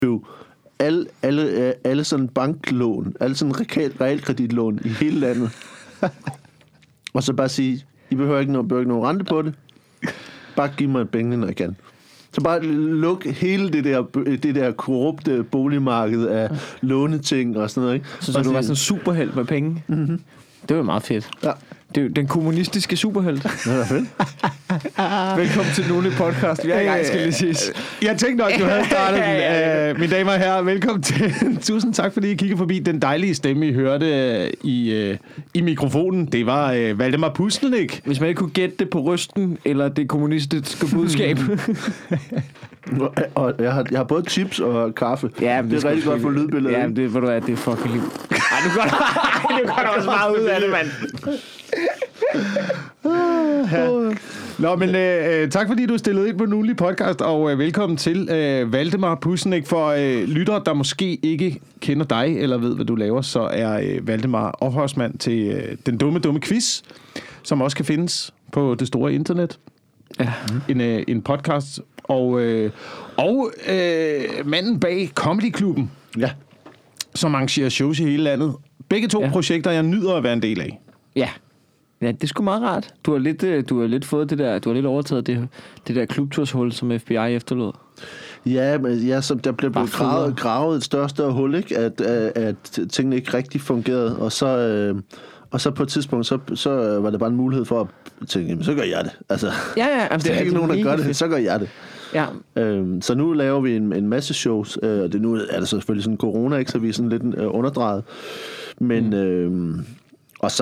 alle sådan banklån, alle sådan realkreditlån i hele landet. Og så bare sige, I behøver ikke nogen rente på det. Bare giv mig pengene, når I kan. Så bare luk hele det der korrupte boligmarked af låneting og sådan noget, ikke? Så du var sådan en superhelt med penge? Mm-hmm. Det var meget fedt. Ja. Det er den kommunistiske superhelt. Det var fedt. Velkommen til Nule Podcast. Vi er i gang, skal lige siges. Jeg tænkte nok, du havde startet den. Mine damer og herrer, velkommen til. Tusind tak, fordi I kiggede forbi. Den dejlige stemme, I hørte i mikrofonen, det var Valdemar Pustelnik. Hvis man ikke kunne gætte det på rysten, eller det kommunistiske budskab. Og jeg har både chips og kaffe. Ja, det er rigtig godt for lydbilledet. Ja, det er fucking liv. Ej, nu går der også meget ud af det, mand. Nå, men tak fordi du stillede ind på Nule Podcast, og velkommen til Valdemar Pustelnik. For lyttere, der måske ikke kender dig, eller ved, hvad du laver, så er Valdemar ophavsmand til den dumme quiz, som også kan findes på det store internet. Ja. En podcast. Og manden bag Comedy Klubben, ja, som arrangerer shows i hele landet. Begge to projekter, jeg nyder at være en del af. Ja. Ja, det er sgu meget rart. Du har lidt fået det der, du har lidt overtaget det der klubturshul, som FBI efterlod. Ja, men som der blev gravet et større hul, ikke? At tingene ikke rigtig fungerede, og så på et tidspunkt, så var det bare en mulighed for at tænke, jamen, så gør jeg det. Altså, hvis der er ikke nogen, der gør det, så gør jeg det. Ja. Så nu laver vi en masse shows, og nu er det selvfølgelig sådan corona, ikke, så vi er sådan lidt underdrejet. Men og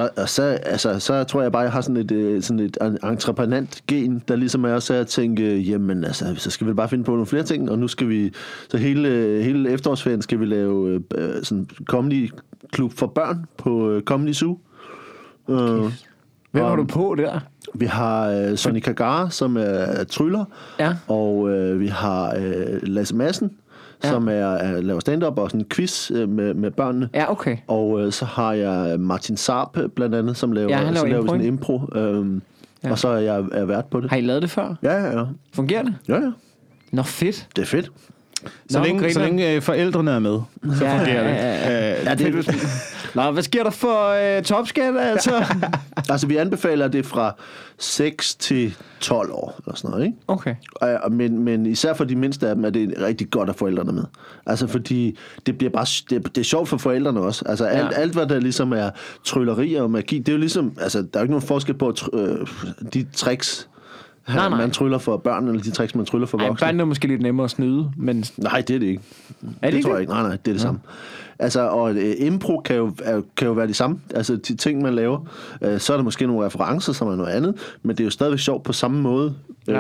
så tror jeg bare, jeg har sådan et entreprenant gen, der ligesom er også at tænke, jamen altså, så skal vi bare finde på nogle flere ting, og nu skal vi, så hele efterårsferien skal vi lave sådan en comedy klub for børn på Comedy Zoo. Okay. Hvem har du på der? Vi har Sonny Kagara, som er tryller, ja. Og vi har Lasse Madsen, som laver stand-up og sådan en quiz med børnene. Ja, okay. Og så har jeg Martin Saab blandt andet, som laver sådan en impro. Og så er jeg vært på det. Har I lavet det før? Ja. Fungerer det? Ja. Nå, fedt. Det er fedt. Så længe forældrene er med, så fungerer det. Ja, det. Nå, hvad sker der for topskat, altså? Altså, vi anbefaler det fra 6 til 12 år, eller sådan noget, ikke? Okay. Men især for de mindste af dem, er det rigtig godt at forældrene med. Altså, fordi det bliver bare, det er sjovt for forældrene også. Altså, alt hvad der ligesom er trylleri og magi, det er jo ligesom, altså, der er jo ikke nogen forskel på de tricks, man tryller for børn, eller de tricks, man tryller for voksne. Børn er måske lidt nemmere at snyde, men... Nej, det er det ikke. Er det tror jeg ikke. Nej, det er det samme. Altså, og impro kan jo være det samme. Altså, de ting, man laver. Så er der måske nogle referencer, som er noget andet, men det er jo stadigvæk sjovt på samme måde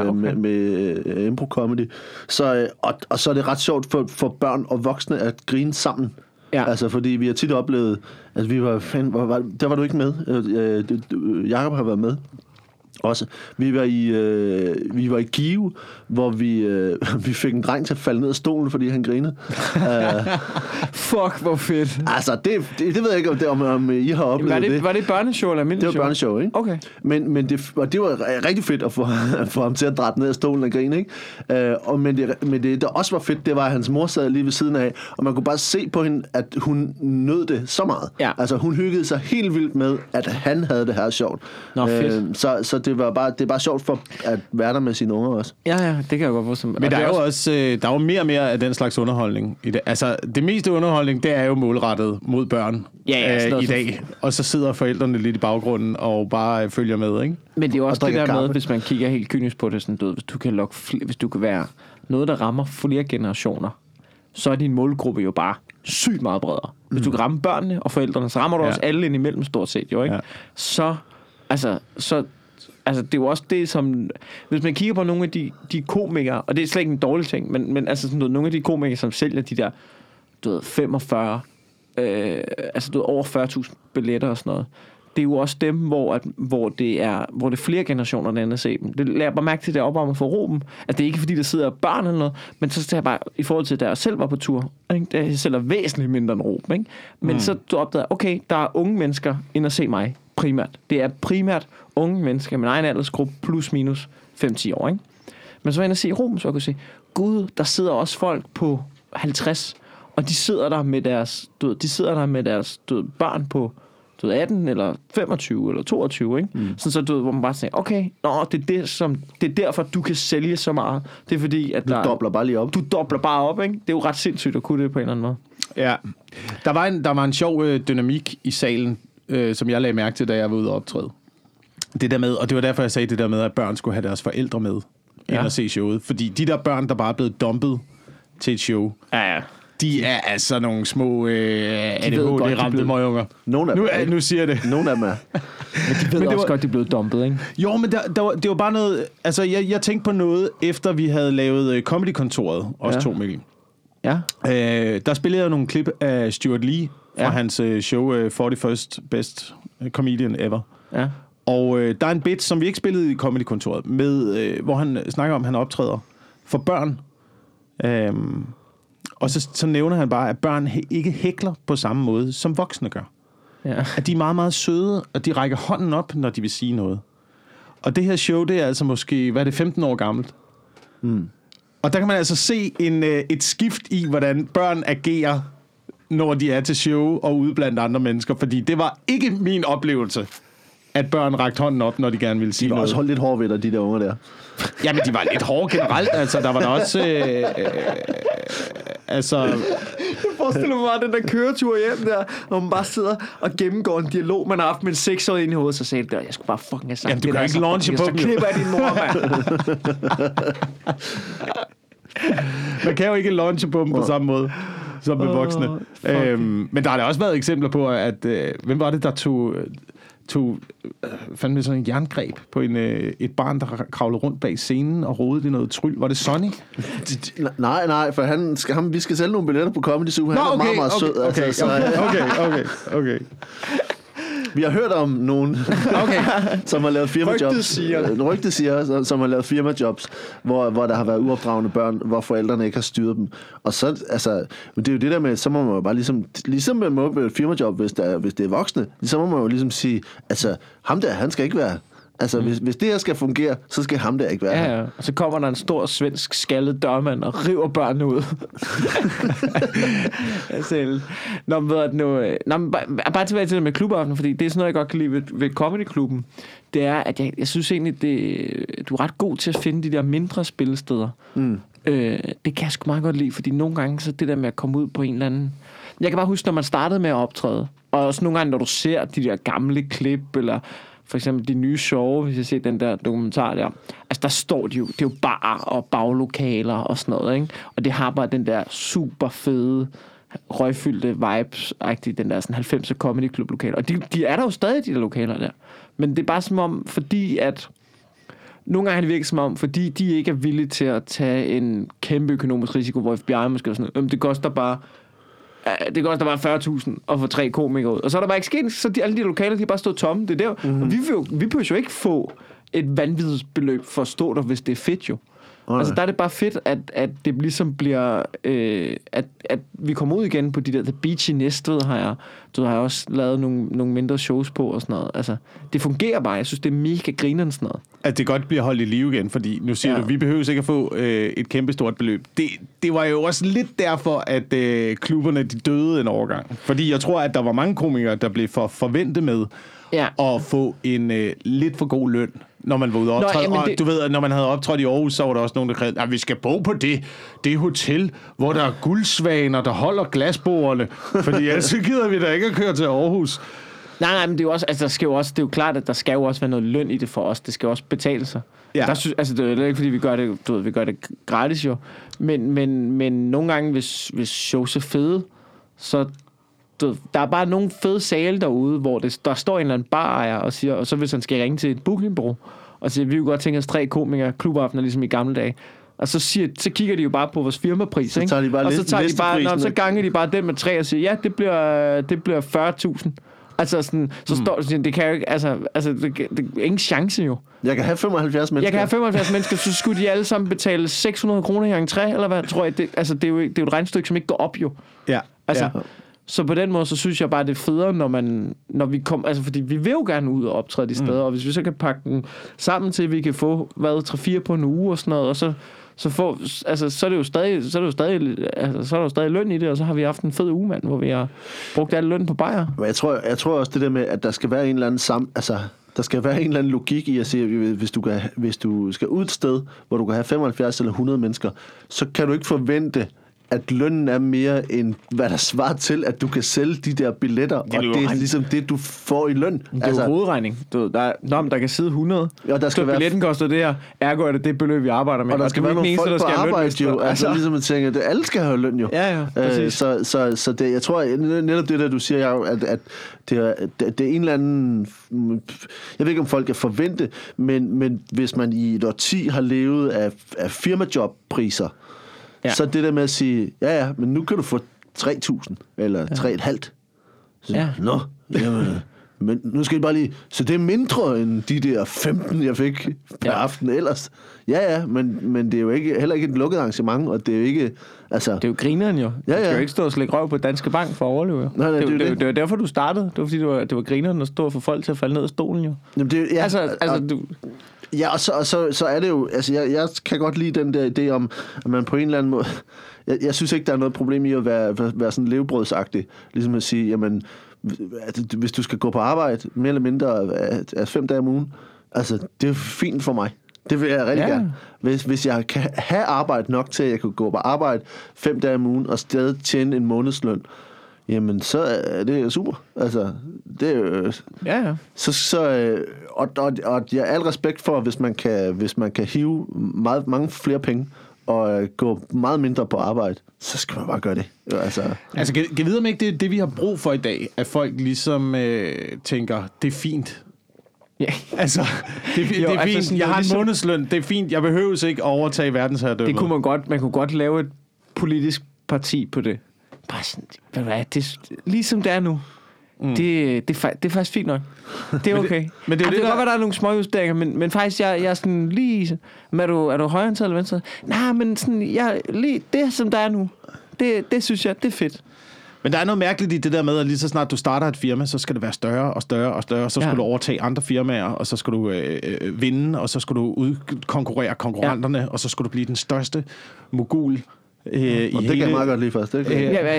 med impro-comedy. Så, og så er det ret sjovt for børn og voksne at grine sammen. Ja. Altså, fordi vi har tit oplevet, at vi var der var du ikke med. Jakob har været med. Også. Vi var i Give, hvor vi fik en dreng til at falde ned af stolen, fordi han grinede. Fuck, hvor fedt. Altså, det ved jeg ikke, om I har oplevet det. Var det et børneshow eller almindeligt show? Det var børneshow, ikke? Okay. Men det var rigtig fedt at få ham til at drætte ned af stolen og grine, ikke? Men det, der også var fedt, det var, at hans mor sad lige ved siden af, og man kunne bare se på hende, at hun nød det så meget. Ja. Altså, hun hyggede sig helt vildt med, at han havde det her sjovt. Nå, fedt. Så det er bare sjovt for at være der med sine unger også. Ja, det kan jeg godt forstå. Men der er jo også der er jo mere og mere af den slags underholdning i det. Altså, det meste underholdning, det er jo målrettet mod børn i dag. Og så sidder forældrene lidt i baggrunden og bare følger med, ikke? Men det er jo også det der med, hvis man kigger helt kynisk på det, sådan, hvis du kan være noget, der rammer flere generationer, så er din målgruppe jo bare sygt meget bredere. Hvis du kan ramme børnene og forældrene, så rammer du også alle ind imellem stort set, jo, ikke? Ja. Så det er jo også det, som... Hvis man kigger på nogle af de komikere, og det er slet ikke en dårlig ting, men altså sådan noget, nogle af de komikere, som sælger de der, 45, over 40.000 billetter og sådan noget, det er jo også dem, hvor det er flere generationer, der ender at se dem. Det lader jeg bare mærke til, det opvarmer for Ruben, at det er ikke fordi, der sidder børn eller noget, men så jeg bare, i forhold til, da jeg selv var på tur, ikke? Der sælger væsentligt mindre end Ruben, ikke? Men så du opdager, okay, der er unge mennesker ind at se mig, primært. Det er primært unge mennesker, min egen aldersgruppe, plus minus 5-10 år, ikke? Men så var jeg inde at se Ruben, så jeg kunne se, gud, der sidder også folk på 50, og de sidder der med deres børn på 18 eller 25 eller 22, ikke? Sådan så hvor man bare tænker, okay, det er derfor du kan sælge så meget. Det er fordi at du dobler bare lige op. Du dobler bare op, ikke? Det er jo ret sindssygt at kunne det på en eller anden måde. Ja. Der var en sjov dynamik i salen, som jeg lagde mærke til, da jeg var ude og optræde. Det der med, og det var derfor jeg sagde det der med, at børn skulle have deres forældre med ind og se showet, fordi de der børn, der bare er blevet dumpet til et show. Ja. De er altså nogle små ADHD-ramte møgunger. Nu siger jeg det. Nogle af dem er. Men de ved også godt, de er blevet dumpet, ikke? Jo, men det var bare noget... Altså, jeg tænkte på noget, efter vi havde lavet Comedy-kontoret, også to, Mikkel. Ja. Der spillede jeg nogle klip af Stuart Lee fra hans show 41st Best Comedian Ever. Ja. Og der er en bit, som vi ikke spillede i Comedy-kontoret, med, hvor han snakker om, at han optræder for børn. Og så nævner han bare, at børn ikke hækler på samme måde, som voksne gør. Ja. At de er meget, meget søde, og de rækker hånden op, når de vil sige noget. Og det her show, det er altså måske, 15 år gammelt. Og der kan man altså se et skift i, hvordan børn agerer, når de er til show og ude blandt andre mennesker. Fordi det var ikke min oplevelse, at børn rakte hånden op, når de gerne ville sige noget. De var også holdt lidt hårde ved dig, de der unger der. Jamen, de var lidt hårde generelt. Altså, der var der også... Jeg forestiller mig bare den der køretur hjem der, hvor man bare sidder og gennemgår en dialog, man har haft med en 6-årig inde i hovedet, så sagde det der, jeg skulle bare fucking have sagt det. Jamen, du kan ikke launche på dem. Så klipper jeg din mor, mand. Man kan jo ikke launche på dem på samme måde som med voksne. Men der har da også været eksempler på, at... hvem var det, der tog fandme sådan en jerngreb på et barn, der kravlede rundt bag scenen og rodede i noget tryl. Var det Sonny? Nej, for vi skal sælge nogle billetter på Comedy Zoo. Han er meget, meget sød. Okay. Vi har hørt om nogen, som har lavet firmajobs. Rygtet siger, som har lavet firmajobs, hvor der har været uopdragende børn, hvor forældrene ikke har styret dem. Og så, altså, det er jo det der med, så må man jo bare ligesom man må ved et firmajob, hvis det er voksne, så må man jo ligesom sige, altså, ham der, han skal ikke være. Altså, hvis det her skal fungere, så skal ham der ikke være her. Ja. Og så kommer der en stor svensk skaldet dørmand og river børnene ud. Bare tilbage til det med klubaften, fordi det er sådan noget, jeg godt kan lide ved Comedy-klubben. Det er, at jeg synes egentlig, du er ret god til at finde de der mindre spillesteder. Det kan jeg sgu meget godt lide, fordi nogle gange, så det der med at komme ud på en eller anden... Jeg kan bare huske, når man startede med at optræde, og også nogle gange, når du ser de der gamle klip, eller... For eksempel de nye show, hvis jeg ser den der dokumentar der. Altså, der står de jo, det er jo bar og baglokaler og sådan noget, ikke? Og det har bare den der super fede, røgfyldte vibes-agtige, den der sådan 90'er comedy club lokaler. Og de er der jo stadig, de der lokaler der. Men det er bare som om, fordi at... Nogle gange har det virket som om, fordi de ikke er villige til at tage en kæmpe økonomisk risiko, hvor FBI måske sådan noget, det koster bare 40.000 at få 3 komikere ud. Og så er der bare ikke sket, så alle de lokaler, de har bare stået tomme. Det er der. Og vi behøver jo ikke få et vanvittigt beløb for at stå der, hvis det er fedt jo. Altså der er det bare fedt, at det ligesom bliver, at vi kommer ud igen på de der The Beach i Næstved, har jeg også lavet nogle mindre shows på og sådan noget. Altså, det fungerer bare. Jeg synes, det er mega grinerende sådan noget. At det godt bliver holdt i live igen, fordi nu siger du, vi behøver ikke at få et kæmpe stort beløb. Det var jo også lidt derfor, at klubberne de døde en overgang. Fordi jeg tror, at der var mange komikere, der blev for forventet med at få en lidt for god løn, når man var ude og optræde. Og du ved, at når man havde optrådt i Aarhus, så var der også nogen, der krævede, at vi skal bo på det hotel, hvor der er guldsvaner, der holder glasbordene. Fordi ellers gider vi da ikke at køre til Aarhus. Nej, men det er jo også, altså, det er jo klart, at der skal jo også være noget løn i det for os. Det skal jo også betale sig. Ja. Det er ikke, fordi vi gør det gratis jo. Men nogle gange, hvis shows er fede, så... Der er bare nogle fede sale derude, hvor der står en eller anden barejer og siger, og så hvis han skal ringe til et bookingbureau og siger, vi vil godt tænke os 3 komikere, klubaftener ligesom i gamle dage. Og så kigger de jo bare på vores firmapris, ikke? Så tager de bare, og så ganger de bare den med 3 og siger, ja, det bliver 40.000. Altså sådan, så står det kan jo ikke, altså det er ingen chance jo. Jeg kan have 75 mennesker. Så skulle de alle sammen betale 600 kroner i entré, eller hvad, tror jeg. Det er jo et regnstykke, som ikke går op jo. Ja. Altså, så på den måde, så synes jeg bare, det er federe, når vi kommer... Altså, fordi vi vil jo gerne ud og optræde de steder, og hvis vi så kan pakke den sammen til, at vi kan få, 3-4 på en uge og sådan noget, og så så er det jo stadig løn i det, og så har vi haft en fed uge, mand, hvor vi har brugt al løn på bajer. Men jeg tror også det der med, at der skal være en eller anden der skal være en eller anden logik i at sige, hvis du skal ud et sted, hvor du kan have 75 eller 100 mennesker, så kan du ikke forvente, at lønnen er mere end, hvad der svarer til, at du kan sælge de der billetter, og det er ligesom det, du får i løn. Det er jo hovedregning. Der kan sidde 100, og der skal være billetten koster det her, ergo er det beløb, vi arbejder med. Og der skal være nogle folk på arbejde, jo. Altså ligesom at tænke, at alle skal have løn, jo. Ja, præcis. Så det, jeg tror, netop det der, du siger, at det er en eller anden... Jeg ved ikke, om folk kan forvente, men hvis man i et årti har levet af firmajobpriser, så det der med at sige, men nu kan du få 3.000 eller 3.500. Ja. Nå, jamen, men nu skal jeg bare lige... Så det er mindre end de der 15, jeg fik per aften ellers. Men det er jo heller ikke et lukket arrangement, og det er jo ikke... Altså, det er jo grineren jo. Du skal jo ikke stå og slække røv på Danske Bank for at overleve. Nej, det var derfor, du startede. Det var fordi, det var grineren at stå og få folk til at falde ned af stolen jo. Jamen, Ja, og så er det jo... Altså, jeg kan godt lide den der idé om, at man på en eller anden måde... Jeg synes ikke, der er noget problem i at være sådan levebrødsagtig. Ligesom at sige, jamen... Hvis du skal gå på arbejde mere eller mindre af 5 dage om ugen, altså, det er fint for mig. Det vil jeg rigtig gerne. Hvis jeg kan have arbejde nok til, at jeg kan gå på arbejde 5 dage om ugen og stadig tjene en månedsløn, jamen, så er det super. Altså, det er jo... Ja. Og jeg har al respekt for, hvis man kan hive mange flere penge og gå meget mindre på arbejde, så skal man bare gøre det. Altså kan vide, om ikke det vi har brug for i dag, at folk ligesom tænker, det er fint. Ja. Altså, det er fint. Altså, jeg har en månedsløn, det er fint. Jeg behøver ikke overtage verdensherredømmet. Det kunne man kunne godt lave et politisk parti på det. Bare sådan, ligesom det er nu. Det er faktisk fint nok. Det er okay. Men det kan godt være, der er nogle små justeringer, men faktisk, jeg er sådan lige... Er du højreorienteret eller venstre? Nej, men sådan, lige det, som der er nu, det synes jeg, det er fedt. Men der er noget mærkeligt i det der med, at lige så snart du starter et firma, så skal det være større og større og større, så skal du overtage andre firmaer, og så skal du vinde, og så skal du udkonkurrere konkurrenterne, og så skal du blive den største mogul og det kan jeg meget godt lide først, ikke?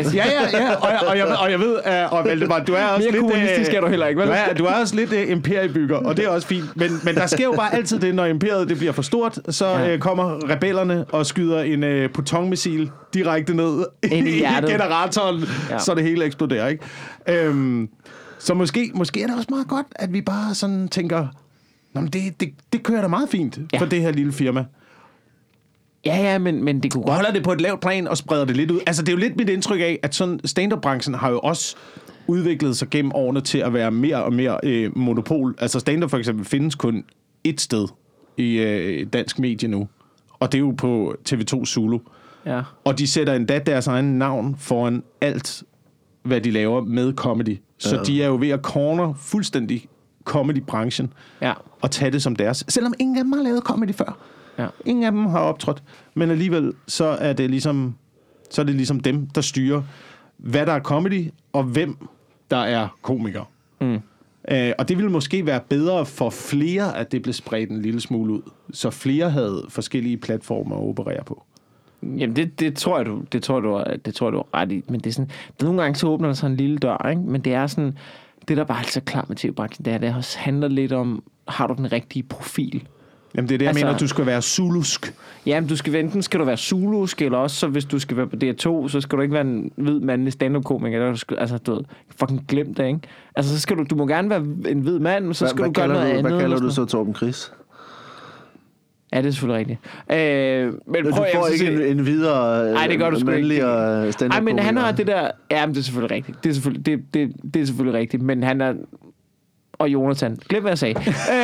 Og jeg ved, og Valdemar, du er også mere lidt... kommunistisk er du heller ikke, vel? Du er også lidt imperiebygger, og det er også fint. Men der sker jo bare altid det, når imperiet det bliver for stort, så kommer rebellerne og skyder en protonmissil direkte ned i generatoren, så det hele eksploderer, ikke? Så måske er det også meget godt, at vi bare sådan tænker, det kører da meget fint for det her lille firma. Ja, men det kunne godt... Holder det på et lavt plan og spreder det lidt ud. Altså, det er jo lidt mit indtryk af, at sådan stand-up-branchen har jo også udviklet sig gennem årene til at være mere og mere monopol. Altså, stand-up for eksempel findes kun ét sted i dansk medie nu. Og det er jo på TV2 Zulu. Ja. Og de sætter endda deres egen navn foran alt, hvad de laver med comedy. Så de er jo ved at corner fuldstændig comedy-branchen og tage det som deres. Selvom ingen af dem har lavet comedy før. Ja. Ingen af dem har optrådt, men alligevel så er det ligesom dem, der styrer, hvad der er comedy, og hvem der er komikere. Og det ville måske være bedre for flere, at det blev spredt en lille smule ud, så flere havde forskellige platformer at operere på. Jamen, det tror jeg, du er ret i. Men det er sådan, nogle gange så åbner der sådan en lille dør, ikke? Men det er sådan, det der bare er så klart med TV-branchen, det også handler lidt om, har du den rigtige profil? Jamen, det er det, jeg mener, du skal være zulusk. Jamen, enten skal du være zulusk, eller også, så hvis du skal være på DR2, så skal du ikke være en hvid mandlig stand-up-komiker. Altså, du ved, fucking glem det, ikke? Altså, så skal du må gerne være en hvid mand, men så skal du gøre noget andet. Hvad kalder du så Torben Chris? Ja, det er selvfølgelig rigtigt. Men du får ikke en videre mandlig stand-up-komiker. Nej, men han har det der... Ja, men det er selvfølgelig rigtigt. Det er selvfølgelig rigtigt, men han er... Og Jonathan. Glem, hvad jeg sagde.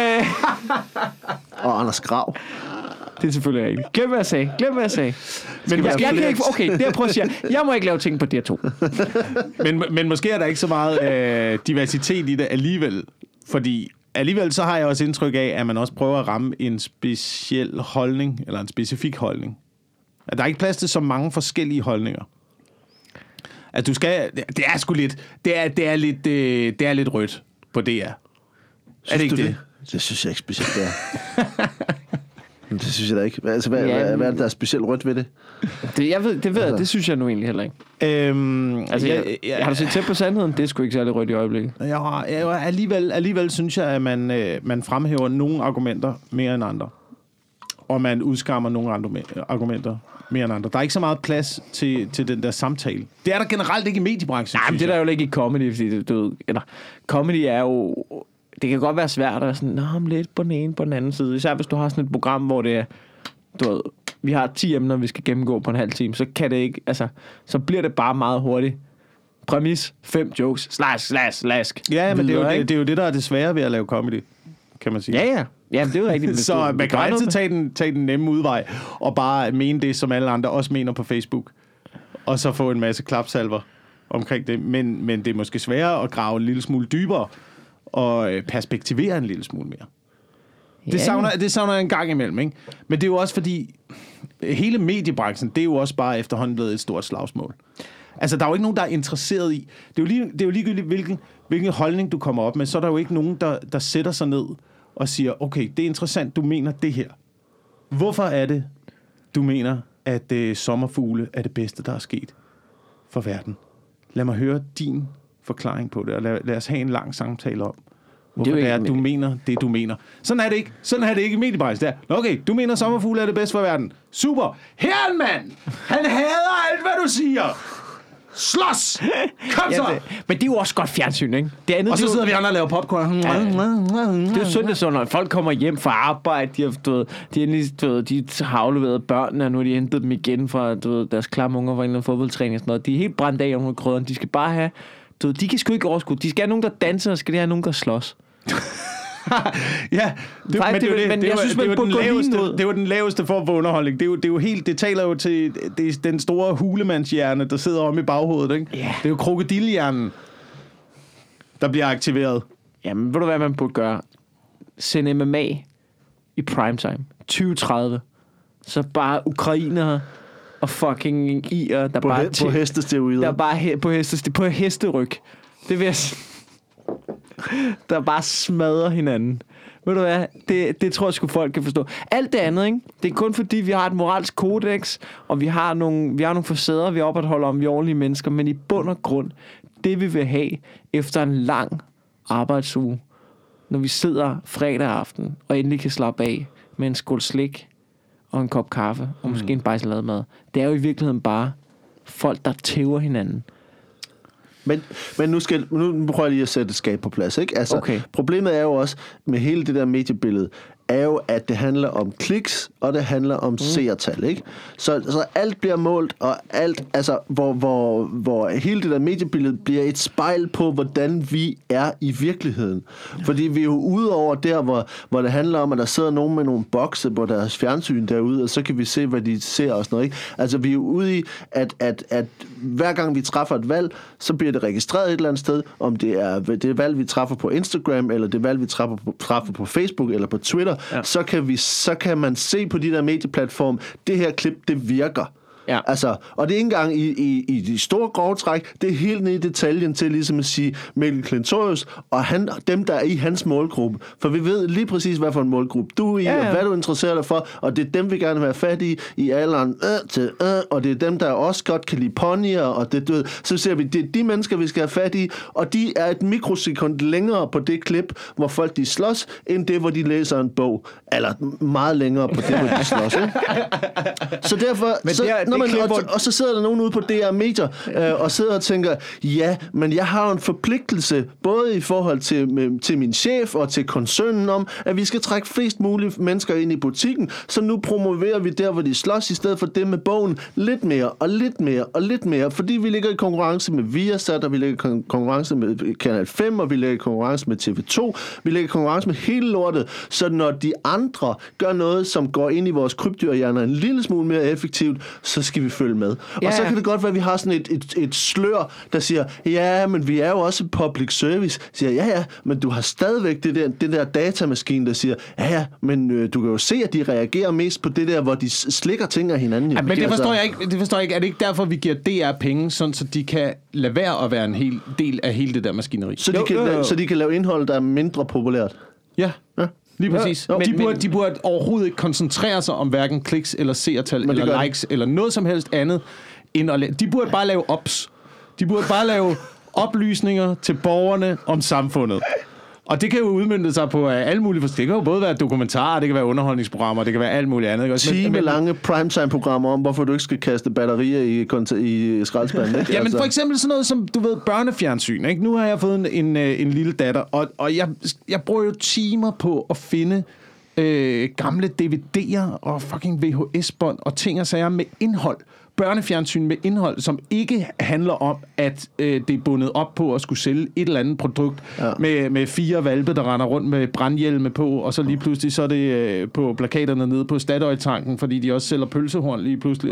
Og Anders Grav. Det er selvfølgelig rigtigt. Glem, hvad jeg sagde. Men jeg kan ikke... Okay, det jeg prøver at sige. Jeg må ikke lave ting på DR2. men måske er der ikke så meget diversitet i det alligevel. Fordi alligevel så har jeg også indtryk af, at man også prøver at ramme en speciel holdning, eller en specifik holdning. At der er ikke plads til så mange forskellige holdninger. At du skal... Det er sgu lidt... Det er lidt rødt på DR. Er det ikke det? Det synes jeg ikke specielt, det er. Det synes jeg da ikke. Altså, hvad er det, der er specielt rødt ved det? Det synes jeg nu egentlig heller ikke. Har du set tæt på sandheden? Det er sgu ikke særlig rødt i øjeblikket. Alligevel synes jeg, at man fremhæver nogle argumenter mere end andre. Og man udskammer nogle andre argumenter mere end andre. Der er ikke så meget plads til den der samtale. Det er der generelt ikke i mediebranchen. Nej, men det er der jo ikke i comedy, fordi comedy er jo... Det kan godt være svært at være sådan, lidt på den ene, på den anden side. Især hvis du har sådan et program, hvor det er... vi har 10 emner, vi skal gennemgå på en halv time, så kan det ikke... Altså, så bliver det bare meget hurtigt. Præmis, 5 jokes, slask. Ja, men det er jo det, der er det svære ved at lave comedy, kan man sige. Ja. Ja, det er jo rigtigt. Så man kan altid tage den nemme udvej, og bare mene det, som alle andre også mener på Facebook. Og så få en masse klapsalver omkring det. Men det er måske sværere at grave en lille smule dybere, og perspektivere en lille smule mere. Det savner jeg en gang imellem, ikke? Men det er jo også fordi, hele mediebranchen, det er jo også bare efterhånden blevet et stort slagsmål. Altså, der er jo ikke nogen, der er interesseret i... Det er jo ligegyldigt, hvilken holdning du kommer op med, så er der jo ikke nogen, der sætter sig ned og siger, okay, det er interessant, du mener det her. Hvorfor er det, du mener, at sommerfugle er det bedste, der er sket for verden? Lad mig høre din forklaring på det, og lad os have en lang samtale om, hvorfor det er, at du mener det, du mener. Sådan er det ikke. Sådan er det ikke i mediebranchen. Okay, du mener, sommerfugle er det bedste for verden. Super. Her er en mand. Han hader alt, hvad du siger. Slås! Kom så! Men det er jo også godt fjernsyn, ikke? Det andet, og så sidder vi andre og laver popcorn. Det er jo sundt, så når folk kommer hjem fra arbejde, de har afleveret børnene, og nu har de hentet dem igen fra deres klamme unger fra en eller anden fodboldtræning og sådan noget. De er helt brændt af under krydderen. De skal bare have... de kan sgu ikke overskue. De skal have nogen, der danser, og skal de have nogen, der slås. Ja, det var den laveste form for underholdning. Det taler jo til den store hulemandshjerne, der sidder omme i baghovedet, ikke? Yeah. Det er jo krokodillehjernen, der bliver aktiveret. Jamen, ved du hvad man burde gøre? Send MMA i primetime 2030. Så bare ukrainere og fucking irer, der på hestesteroider. Der bare på hesteryg. Det vil jeg der bare smadrer hinanden. Ved du hvad? Det tror jeg sgu folk kan forstå. Alt det andet, ikke? Det er kun fordi, vi har et moralsk kodex, og vi har nogle faceder, vi opretholder om vi er ordentlige mennesker, men i bund og grund, det vi vil have efter en lang arbejdsuge, når vi sidder fredag aften, og endelig kan slappe af med en skål slik og en kop kaffe, og måske en bajsalademad. Det er jo i virkeligheden bare folk, der tæver hinanden. Men nu prøver jeg lige at sætte et skab på plads, ikke? Altså, okay. Problemet er jo også med hele det der mediebillede, er jo, at det handler om kliks, og det handler om seertal, ikke? Så alt bliver målt, og alt, altså, hvor hele det der mediebillede bliver et spejl på, hvordan vi er i virkeligheden. Fordi vi er jo ude over der, hvor det handler om, at der sidder nogen med nogle bokse på deres fjernsyn derude, og så kan vi se, hvad de ser og sådan noget, ikke? Altså, vi er jo ude i, at hver gang vi træffer et valg, så bliver det registreret et eller andet sted, om det er det valg, vi træffer på Instagram, eller det valg, vi træffer på Facebook, eller på Twitter, ja. så kan man se på de der medieplatforme, det her klip, det virker. Ja. Altså, og det er ikke engang i de store grove træk, det er helt nede i detaljen til ligesom at sige Mikkel Klintorius og dem, der er i hans målgruppe. For vi ved lige præcis, hvad for en målgruppe du er i, og hvad du interesserer dig for, og det er dem, vi gerne vil have fat i alderen og det er dem, der også godt kan lide ponyer, og så ser vi, det er de mennesker, vi skal have fat i, og de er et mikrosekund længere på det klip, hvor folk de slås, end det, hvor de læser en bog. Eller meget længere på det, hvor de slås. Ikke? Så derfor... Og så sidder der nogen ude på DR Medier og sidder og tænker, ja, men jeg har jo en forpligtelse, både i forhold til min chef og til koncernen om, at vi skal trække flest mulige mennesker ind i butikken, så nu promoverer vi der, hvor de slås, i stedet for det med bogen, lidt mere og lidt mere og lidt mere, fordi vi ligger i konkurrence med Viasat, og vi ligger i konkurrence med Kanal 5, og vi ligger i konkurrence med TV2, vi ligger i konkurrence med hele lortet, så når de andre gør noget, som går ind i vores krybdyrhjerner en lille smule mere effektivt, så skal vi følge med. Ja. Og så kan det godt være, at vi har sådan et slør, der siger, ja, men vi er jo også public service. Siger, ja, men du har stadigvæk det der datamaskine, der siger, ja, men du kan jo se, at de reagerer mest på det der, hvor de slikker ting af hinanden. Ja, men det forstår jeg ikke. Er det ikke derfor, vi giver DR penge, sådan så de kan lade være at være en del af hele det der maskineri? Så de kan lave indhold, der er mindre populært? Ja. Lige præcis. De burde overhovedet ikke koncentrere sig om hverken kliks eller seertal eller likes eller noget som helst andet. De burde bare lave ops. De burde bare lave oplysninger til borgerne om samfundet. Og det kan jo udmønte sig på alle mulige forskellige. Det kan jo både være dokumentarer, det kan være underholdningsprogrammer, det kan være alt muligt andet. Lange primetime-programmer om, hvorfor du ikke skal kaste batterier i skraldespanden. Ikke? Ja, men for eksempel sådan noget som, du ved, børnefjernsyn. Ikke? Nu har jeg fået en lille datter, og jeg bruger jo timer på at finde gamle DVD'er og fucking VHS-bånd og ting og sager med indhold. Børnefjernsyn med indhold, som ikke handler om, at det er bundet op på at skulle sælge et eller andet produkt med 4 hvalpe, der render rundt med brandhjelme på, og så lige pludselig så er det på plakaterne nede på Statoil-tanken, fordi de også sælger pølsehorn lige pludselig.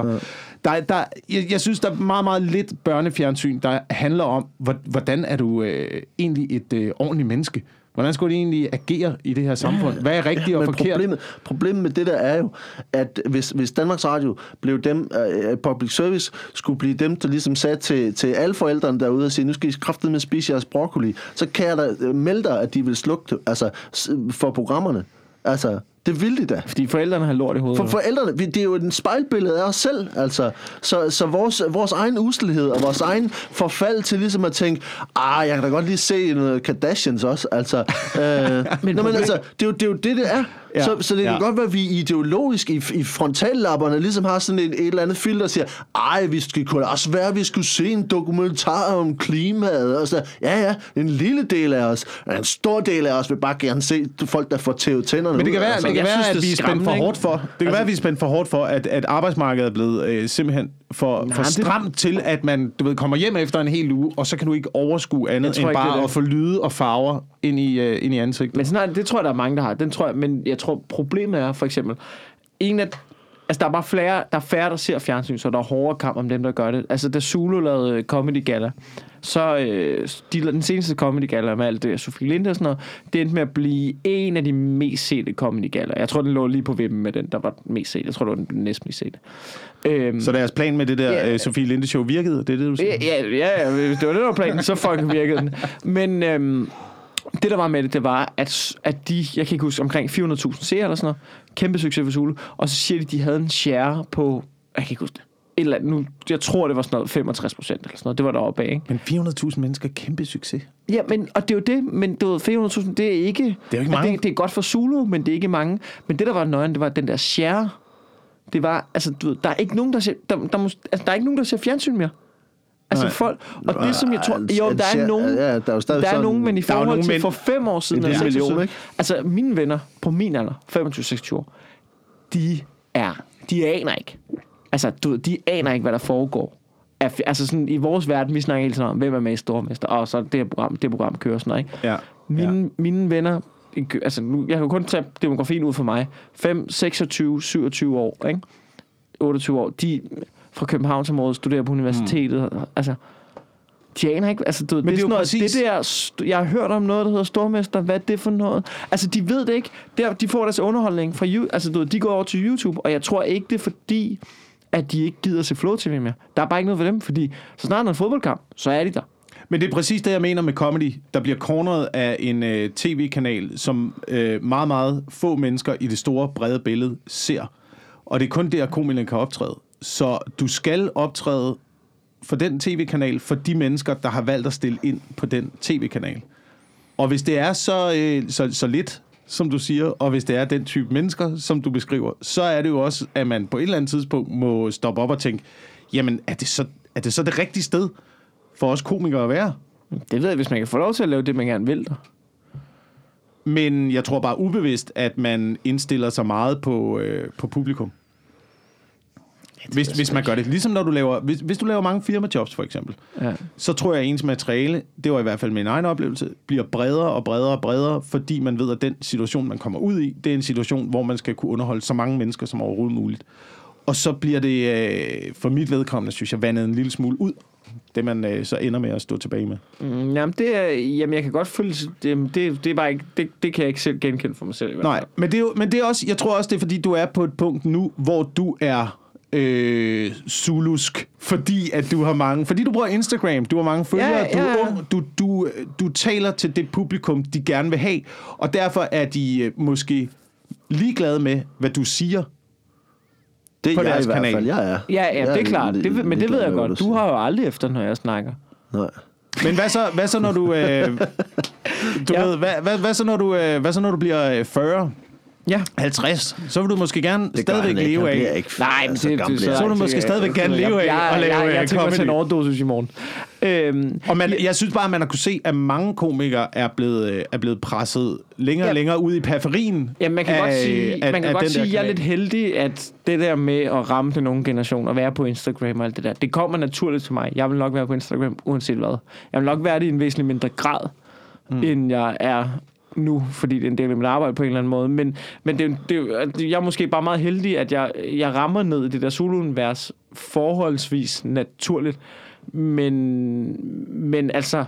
Jeg synes, der er meget, meget lidt børnefjernsyn, der handler om, hvordan er du egentlig et ordentligt menneske? Hvordan skulle de egentlig agere i det her samfund? Hvad er rigtigt og forkert? Problemet med det der er jo, at hvis Danmarks Radio blev dem, public service skulle blive dem, der ligesom sagde til alle forældrene derude og sige, nu skal I kraftedeme spise jeres broccoli, så kan jeg da melde dig, at de vil slukke det, altså for programmerne. Altså, det vil de da. Fordi forældrene har lort i hovedet. For forældrene, det er jo en spejlbillede af os selv, altså. Så vores egen ustelhed og vores egen forfald til ligesom at tænke, jeg kan da godt lige se noget Kardashians også, altså. Men altså, det er jo det er. Ja, så det kan godt være, at vi ideologisk i frontallapperne ligesom har sådan et eller andet filter, der siger, vi kunne også være, at vi skulle se en dokumentar om klimaet. Og så, ja, en lille del af os, en stor del af os vil bare gerne se folk, der får tævet tænderne. Men det kan være, at vi er spændt for hårdt for. Det kan være, at vi er spændt for hårdt for, at arbejdsmarkedet er blevet simpelthen for stramt til, at man kommer hjem efter en hel uge, og så kan du ikke overskue andet end bare at få lyde og farver ind i ansigtet. Men sådan, det tror jeg, der er mange, der har. Men jeg tror, problemet er for eksempel, der er bare færre, der ser fjernsyn, så der er hårdere kamp om dem, der gør det. Altså, da Zulu lavede Comedy Gala, så den seneste Comedy Gala med alt det, Sofie Linde og sådan noget, det endte med at blive en af de mest sete Comedy Gala. Jeg tror, den lå lige på vippen med den, der var mest set. Jeg tror, det var den næsten mest sete. Så deres plan med det der Sofie Linde show virkede? Det er det, du siger? Ja, det var det, der var planen. Så fucking virkede den. Men det, der var med det var, at de, jeg kan ikke huske, omkring 400.000 seere eller sådan noget, kæmpe succes for Zulu, og så siger de havde en share på, jeg kan ikke huske det, et eller andet, nu, jeg tror, det var sådan noget 65% eller sådan noget, det var deroppe af, ikke? Men 400.000 mennesker, kæmpe succes. Ja, og det er jo det, men du ved, 400.000, det er ikke mange. Det er godt for Zulu, men det er ikke mange. Men det, der var nøjen, det var den der share, det var, altså, du ved, der er ikke nogen, der ser, der er ikke nogen, der ser fjernsyn mere. Altså folk, og det som jeg tror, jo, der er nogen, der er nogen, men i forhold til for 5 år siden, eller 6 år siden, altså mine venner på min alder, 25-26 år, de aner ikke. Altså, de aner ikke, hvad der foregår. Altså sådan, i vores verden, vi snakker hele tiden om, hvem er med i Stormester, og så det program kører sådan noget, ikke? Ja. Mine venner, altså nu, jeg kan jo kun tage demografien ud for mig, 5, 26, 27 år, ikke? 28 år, de fra Københavnsområdet studerer på universitetet, altså, de aner ikke, altså, det er sådan noget, det der, jeg har hørt om noget, der hedder Stormester, hvad er det for noget? Altså, de ved det ikke, de får deres underholdning fra altså, de går over til YouTube, og jeg tror ikke, det er fordi, at de ikke gider se Flow TV mere. Der er bare ikke noget for dem, fordi så snart der er en fodboldkamp, så er de der. Men det er præcis det, jeg mener med comedy, der bliver corneret af en tv-kanal, som meget, meget få mennesker i det store, brede billede ser. Og det er kun der, komikerne kan optræde. Så du skal optræde for den tv-kanal, for de mennesker, der har valgt at stille ind på den tv-kanal. Og hvis det er så lidt, som du siger, og hvis det er den type mennesker, som du beskriver, så er det jo også, at man på et eller andet tidspunkt må stoppe op og tænke, jamen, er det så det rigtige sted for os komikere at være? Det ved jeg, hvis man kan få lov til at lave det, man gerne vil der. Men jeg tror bare ubevidst, at man indstiller sig meget på publikum. Hvis man gør det. Ligesom når du laver, hvis du laver mange firmajobs for eksempel, så tror jeg, at ens materiale, det var i hvert fald min egen oplevelse, bliver bredere og bredere og bredere, fordi man ved, at den situation, man kommer ud i, det er en situation, hvor man skal kunne underholde så mange mennesker som overhovedet muligt. Og så bliver det, for mit vedkommende, synes jeg, vandet en lille smule ud, det man så ender med at stå tilbage med. Jamen, jeg kan godt føle, det er bare ikke, det kan jeg ikke selv genkende for mig selv. Nej, men det er også, jeg tror også, det er fordi, du er på et punkt nu, hvor du er zulusk, fordi at du har mange, fordi du bruger Instagram, du har mange følgere, du er ung, du taler til det publikum, de gerne vil have, og derfor er de måske ligeglade med, hvad du siger. Det på er jeg deres i hvert kanal. fald, jeg er. Ja, det er klart. Men det ved jeg godt. Du har jo aldrig efter, når jeg snakker. Nej. Men hvad så når du hvad så når du bliver 40? Ja. 50, så vil du måske gerne stadigvæk leve af. Nej, men så vil du måske stadigvæk gerne leve af at lave jeg tænker mig til en overdosis i morgen. Og jeg synes bare, at man har kunne se, at mange komikere er blevet presset længere og længere ud i periferien. Ja, man kan godt sige, at jeg er lidt heldig, at det der med at ramme den unge generation og være på Instagram og alt det der, det kommer naturligt til mig. Jeg vil nok være på Instagram uanset hvad. Jeg vil nok være det i en væsentlig mindre grad, end jeg er nu, fordi det er en del af mit arbejde på en eller anden måde. Men jeg er måske bare meget heldig, at jeg rammer ned i det der Zulu-univers forholdsvis naturligt. Men altså,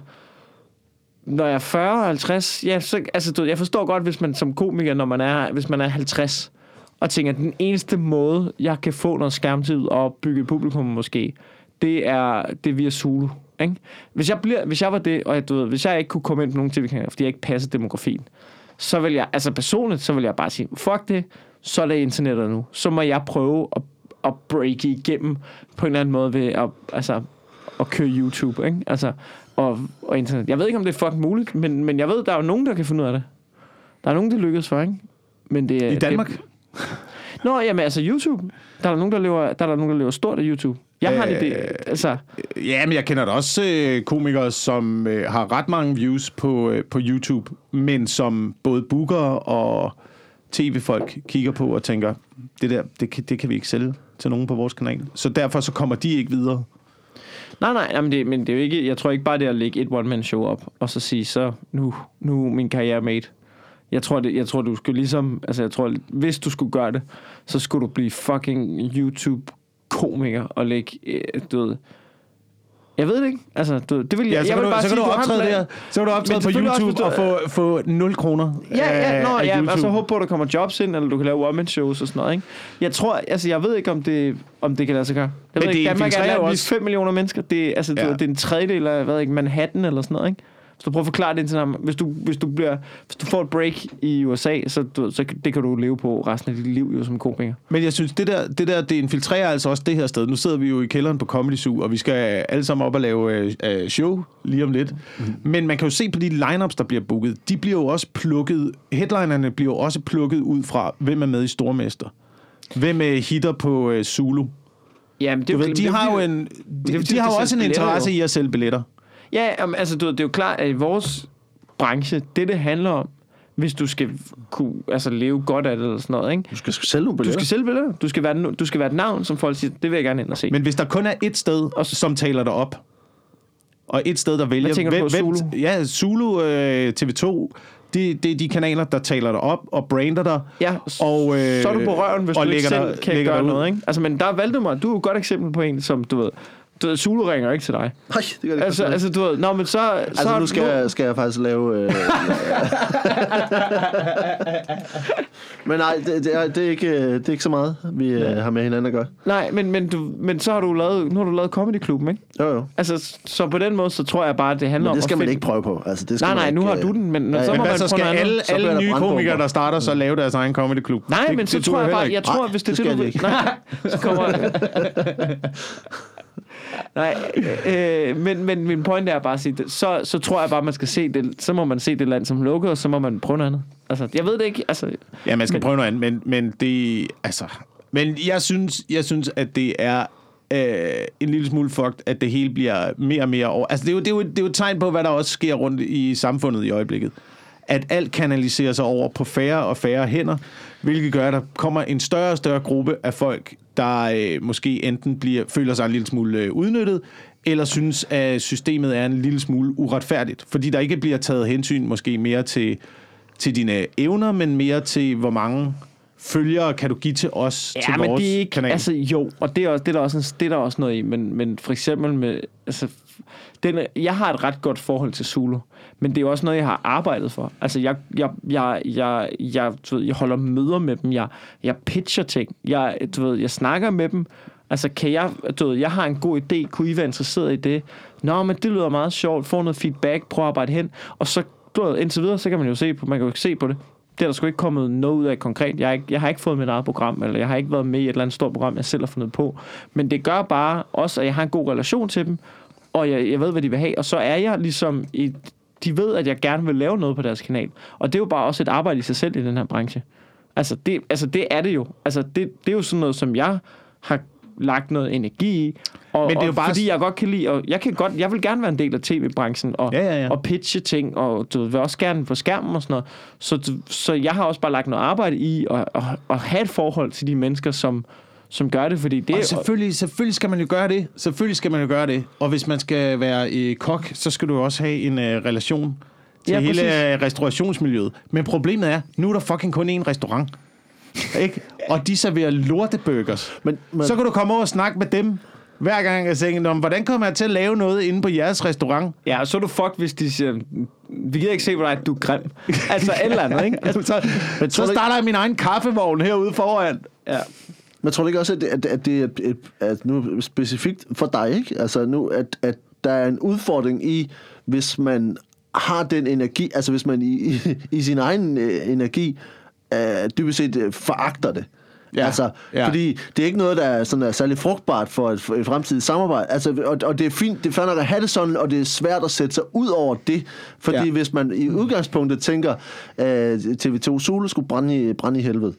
når jeg er 40 50, ja, så, altså, jeg forstår godt, hvis man som komiker, hvis man er 50, og tænker, at den eneste måde, jeg kan få noget skærmtid og bygge et publikum måske, det er via Zulu. Ikke? Hvis jeg var det, og hvis jeg ikke kunne komme ind på nogen tv-kanaler, fordi jeg ikke passer demografien, så vil jeg, altså personligt, så vil jeg bare sige, fuck det, så er det internettet nu. Så må jeg prøve at breake igennem på en eller anden måde ved at køre YouTube, ikke? Altså, og internet. Jeg ved ikke, om det er fucking muligt, men jeg ved, der er jo nogen, der kan finde ud af det. Der er nogen, der lykkes for, ikke? Men det er, i Danmark? Nå, jamen altså YouTube. Der er nogen, der lever stort af YouTube. Jeg har en idé. Altså. Ja, men jeg kender da også komikere, som har ret mange views på YouTube, men som både bookere og tv-folk kigger på og tænker, det kan vi ikke sælge til nogen på vores kanal. Så derfor så kommer de ikke videre. Nej, men det er jo ikke, jeg tror ikke bare det at lægge et one-man-show op, og så sige, så nu min karriere made. Jeg tror, du skulle ligesom, altså jeg tror, hvis du skulle gøre det, så skulle du blive fucking YouTube-komiker og lægge, du ved. Jeg ved det ikke. Altså, det vil jeg. Ja, så kan du optræde der. Så kan du optræde på YouTube og få 0 kroner. Ja, og så håber på, at der kommer jobs ind, eller du kan lave one-man-shows og sådan noget, ikke? Jeg tror, altså, jeg ved ikke, om det kan lade sig gøre. Jeg ved ikke, Danmark er også 5 millioner mennesker. Det er en tredjedel af, Manhattan eller sådan noget, ikke? Så du prøver at forklare det til ham. Hvis du får et break i USA, så det kan du leve på resten af dit liv jo som komiker. Men jeg synes, det infiltrerer altså også det her sted. Nu sidder vi jo i kælderen på Comedy Zoo, og vi skal alle sammen op og lave show lige om lidt. Men man kan jo se på de lineups, der bliver booket. De bliver jo også plukket. Headlinerne bliver jo også plukket ud fra, hvem er med i Stormester. Hvem hitter på Zulu. Jamen, de har jo også en interesse i at sælge billetter. Ja, altså det er jo klart, at i vores branche, det handler om, hvis du skal kunne leve godt af det eller sådan noget, ikke? Du skal sælge nogle billetter. Du skal sælge billetter. Du skal være et navn, som folk siger, det vil jeg gerne ind og se. Men hvis der kun er et sted, som taler dig op, og et sted, der vælger... Hvad tænker du på, Zulu? Ja, Zulu, TV2, det er de kanaler, der taler dig op og brander dig. Ja, og, så er du på røven, hvis du ikke selv kan gøre noget, ikke? Altså, men der valgte mig, du er jo et godt eksempel på en, som du ved... Zulu ringer ikke til dig. Nej, det gør det ikke. Altså, du ved, nå, men så... Altså, nu skal jeg faktisk lave... Men nej, det er ikke så meget, vi har med hinanden at gøre. Nej, men så har du lavet Comedy Klubben, ikke? Jo. Altså, så på den måde, så tror jeg bare, det handler om... Men det skal man ikke prøve på. Altså, det skal nej, nu har du den, men så må man så skal alle nye komikere, der starter, så lave deres egen Comedy Klub. Nej, men så tror jeg bare... Jeg tror, hvis det er det, du vil... Nej, så kommer... Nej, men min point er bare at sige det. Så tror jeg bare, man skal se det. Så må man se det land som lukket, og så må man prøve noget andet. Altså, jeg ved det ikke. Altså, ja, man skal prøve noget andet, men det altså. Men jeg synes, at det er en lille smule fucked, at det hele bliver mere og mere over. Altså, det er jo et tegn på, hvad der også sker rundt i samfundet i øjeblikket. At alt kanaliserer sig over på færre og færre hænder, hvilket gør, at der kommer en større og større gruppe af folk, der måske enten føler sig en lille smule udnyttet, eller synes, at systemet er en lille smule uretfærdigt. Fordi der ikke bliver taget hensyn måske mere til dine evner, men mere til, hvor mange følgere kan du give til os, til men vores det er ikke, kanal? altså jo, og det er der også noget i, men for eksempel med, altså, jeg har et ret godt forhold til Zulu, men det er jo også noget, jeg har arbejdet for. Altså, jeg holder møder med dem, jeg pitcher ting, jeg snakker med dem. Altså, jeg har en god idé, kunne I være interesseret i det? Nå, men det lyder meget sjovt, få noget feedback, prøv at arbejde hen, og så, indtil videre, så kan man jo se på det. Det er der sgu ikke kommet noget ud af konkret. Jeg har ikke fået mit eget program, eller jeg har ikke været med i et eller andet stort program, jeg selv har fundet på. Men det gør bare også, at jeg har en god relation til dem, og jeg ved, hvad de vil have. Og så er jeg ligesom de ved, at jeg gerne vil lave noget på deres kanal. Og det er jo bare også et arbejde i sig selv i den her branche. Altså, det er det jo. Altså, det er jo sådan noget, som jeg har lagt noget energi i. Men det er jo bare fordi jeg godt kan lide, og jeg vil gerne være en del af tv-branchen og pitche ting, og du vil også gerne på skærmen og sådan noget. Så jeg har også bare lagt noget arbejde i at have et forhold til de mennesker, som gør det, fordi det og selvfølgelig skal man jo gøre det. Selvfølgelig skal man jo gøre det. Og hvis man skal være kok, så skal du også have en relation til hele restaurationsmiljøet. Men problemet er, nu er der fucking kun én restaurant. Ikke? Og de serverer lorteburgers. Men så kan du komme over og snakke med dem hver gang jeg tænker, hvordan kommer jeg til at lave noget inde på jeres restaurant? Ja, så er du fucked, hvis de siger, vi gider ikke se på dig, at du er grim. Altså et eller andet, ikke? Altså, så starter jeg min egen kaffevogn herude foran. Ja. Men tror du ikke også, at det er nu specifikt for dig, ikke? Altså nu, at der er en udfordring i, hvis man har den energi, altså hvis man i sin egen energi dybest set foragter det. Ja, altså, fordi det er ikke noget, der er sådan særlig frugtbart for et fremtidigt samarbejde. Altså, og det er fint, det er fair nok at have det sådan, og det er svært at sætte sig ud over det. Fordi hvis man i udgangspunktet tænker, TV2 Zulu skulle brænde i helvede,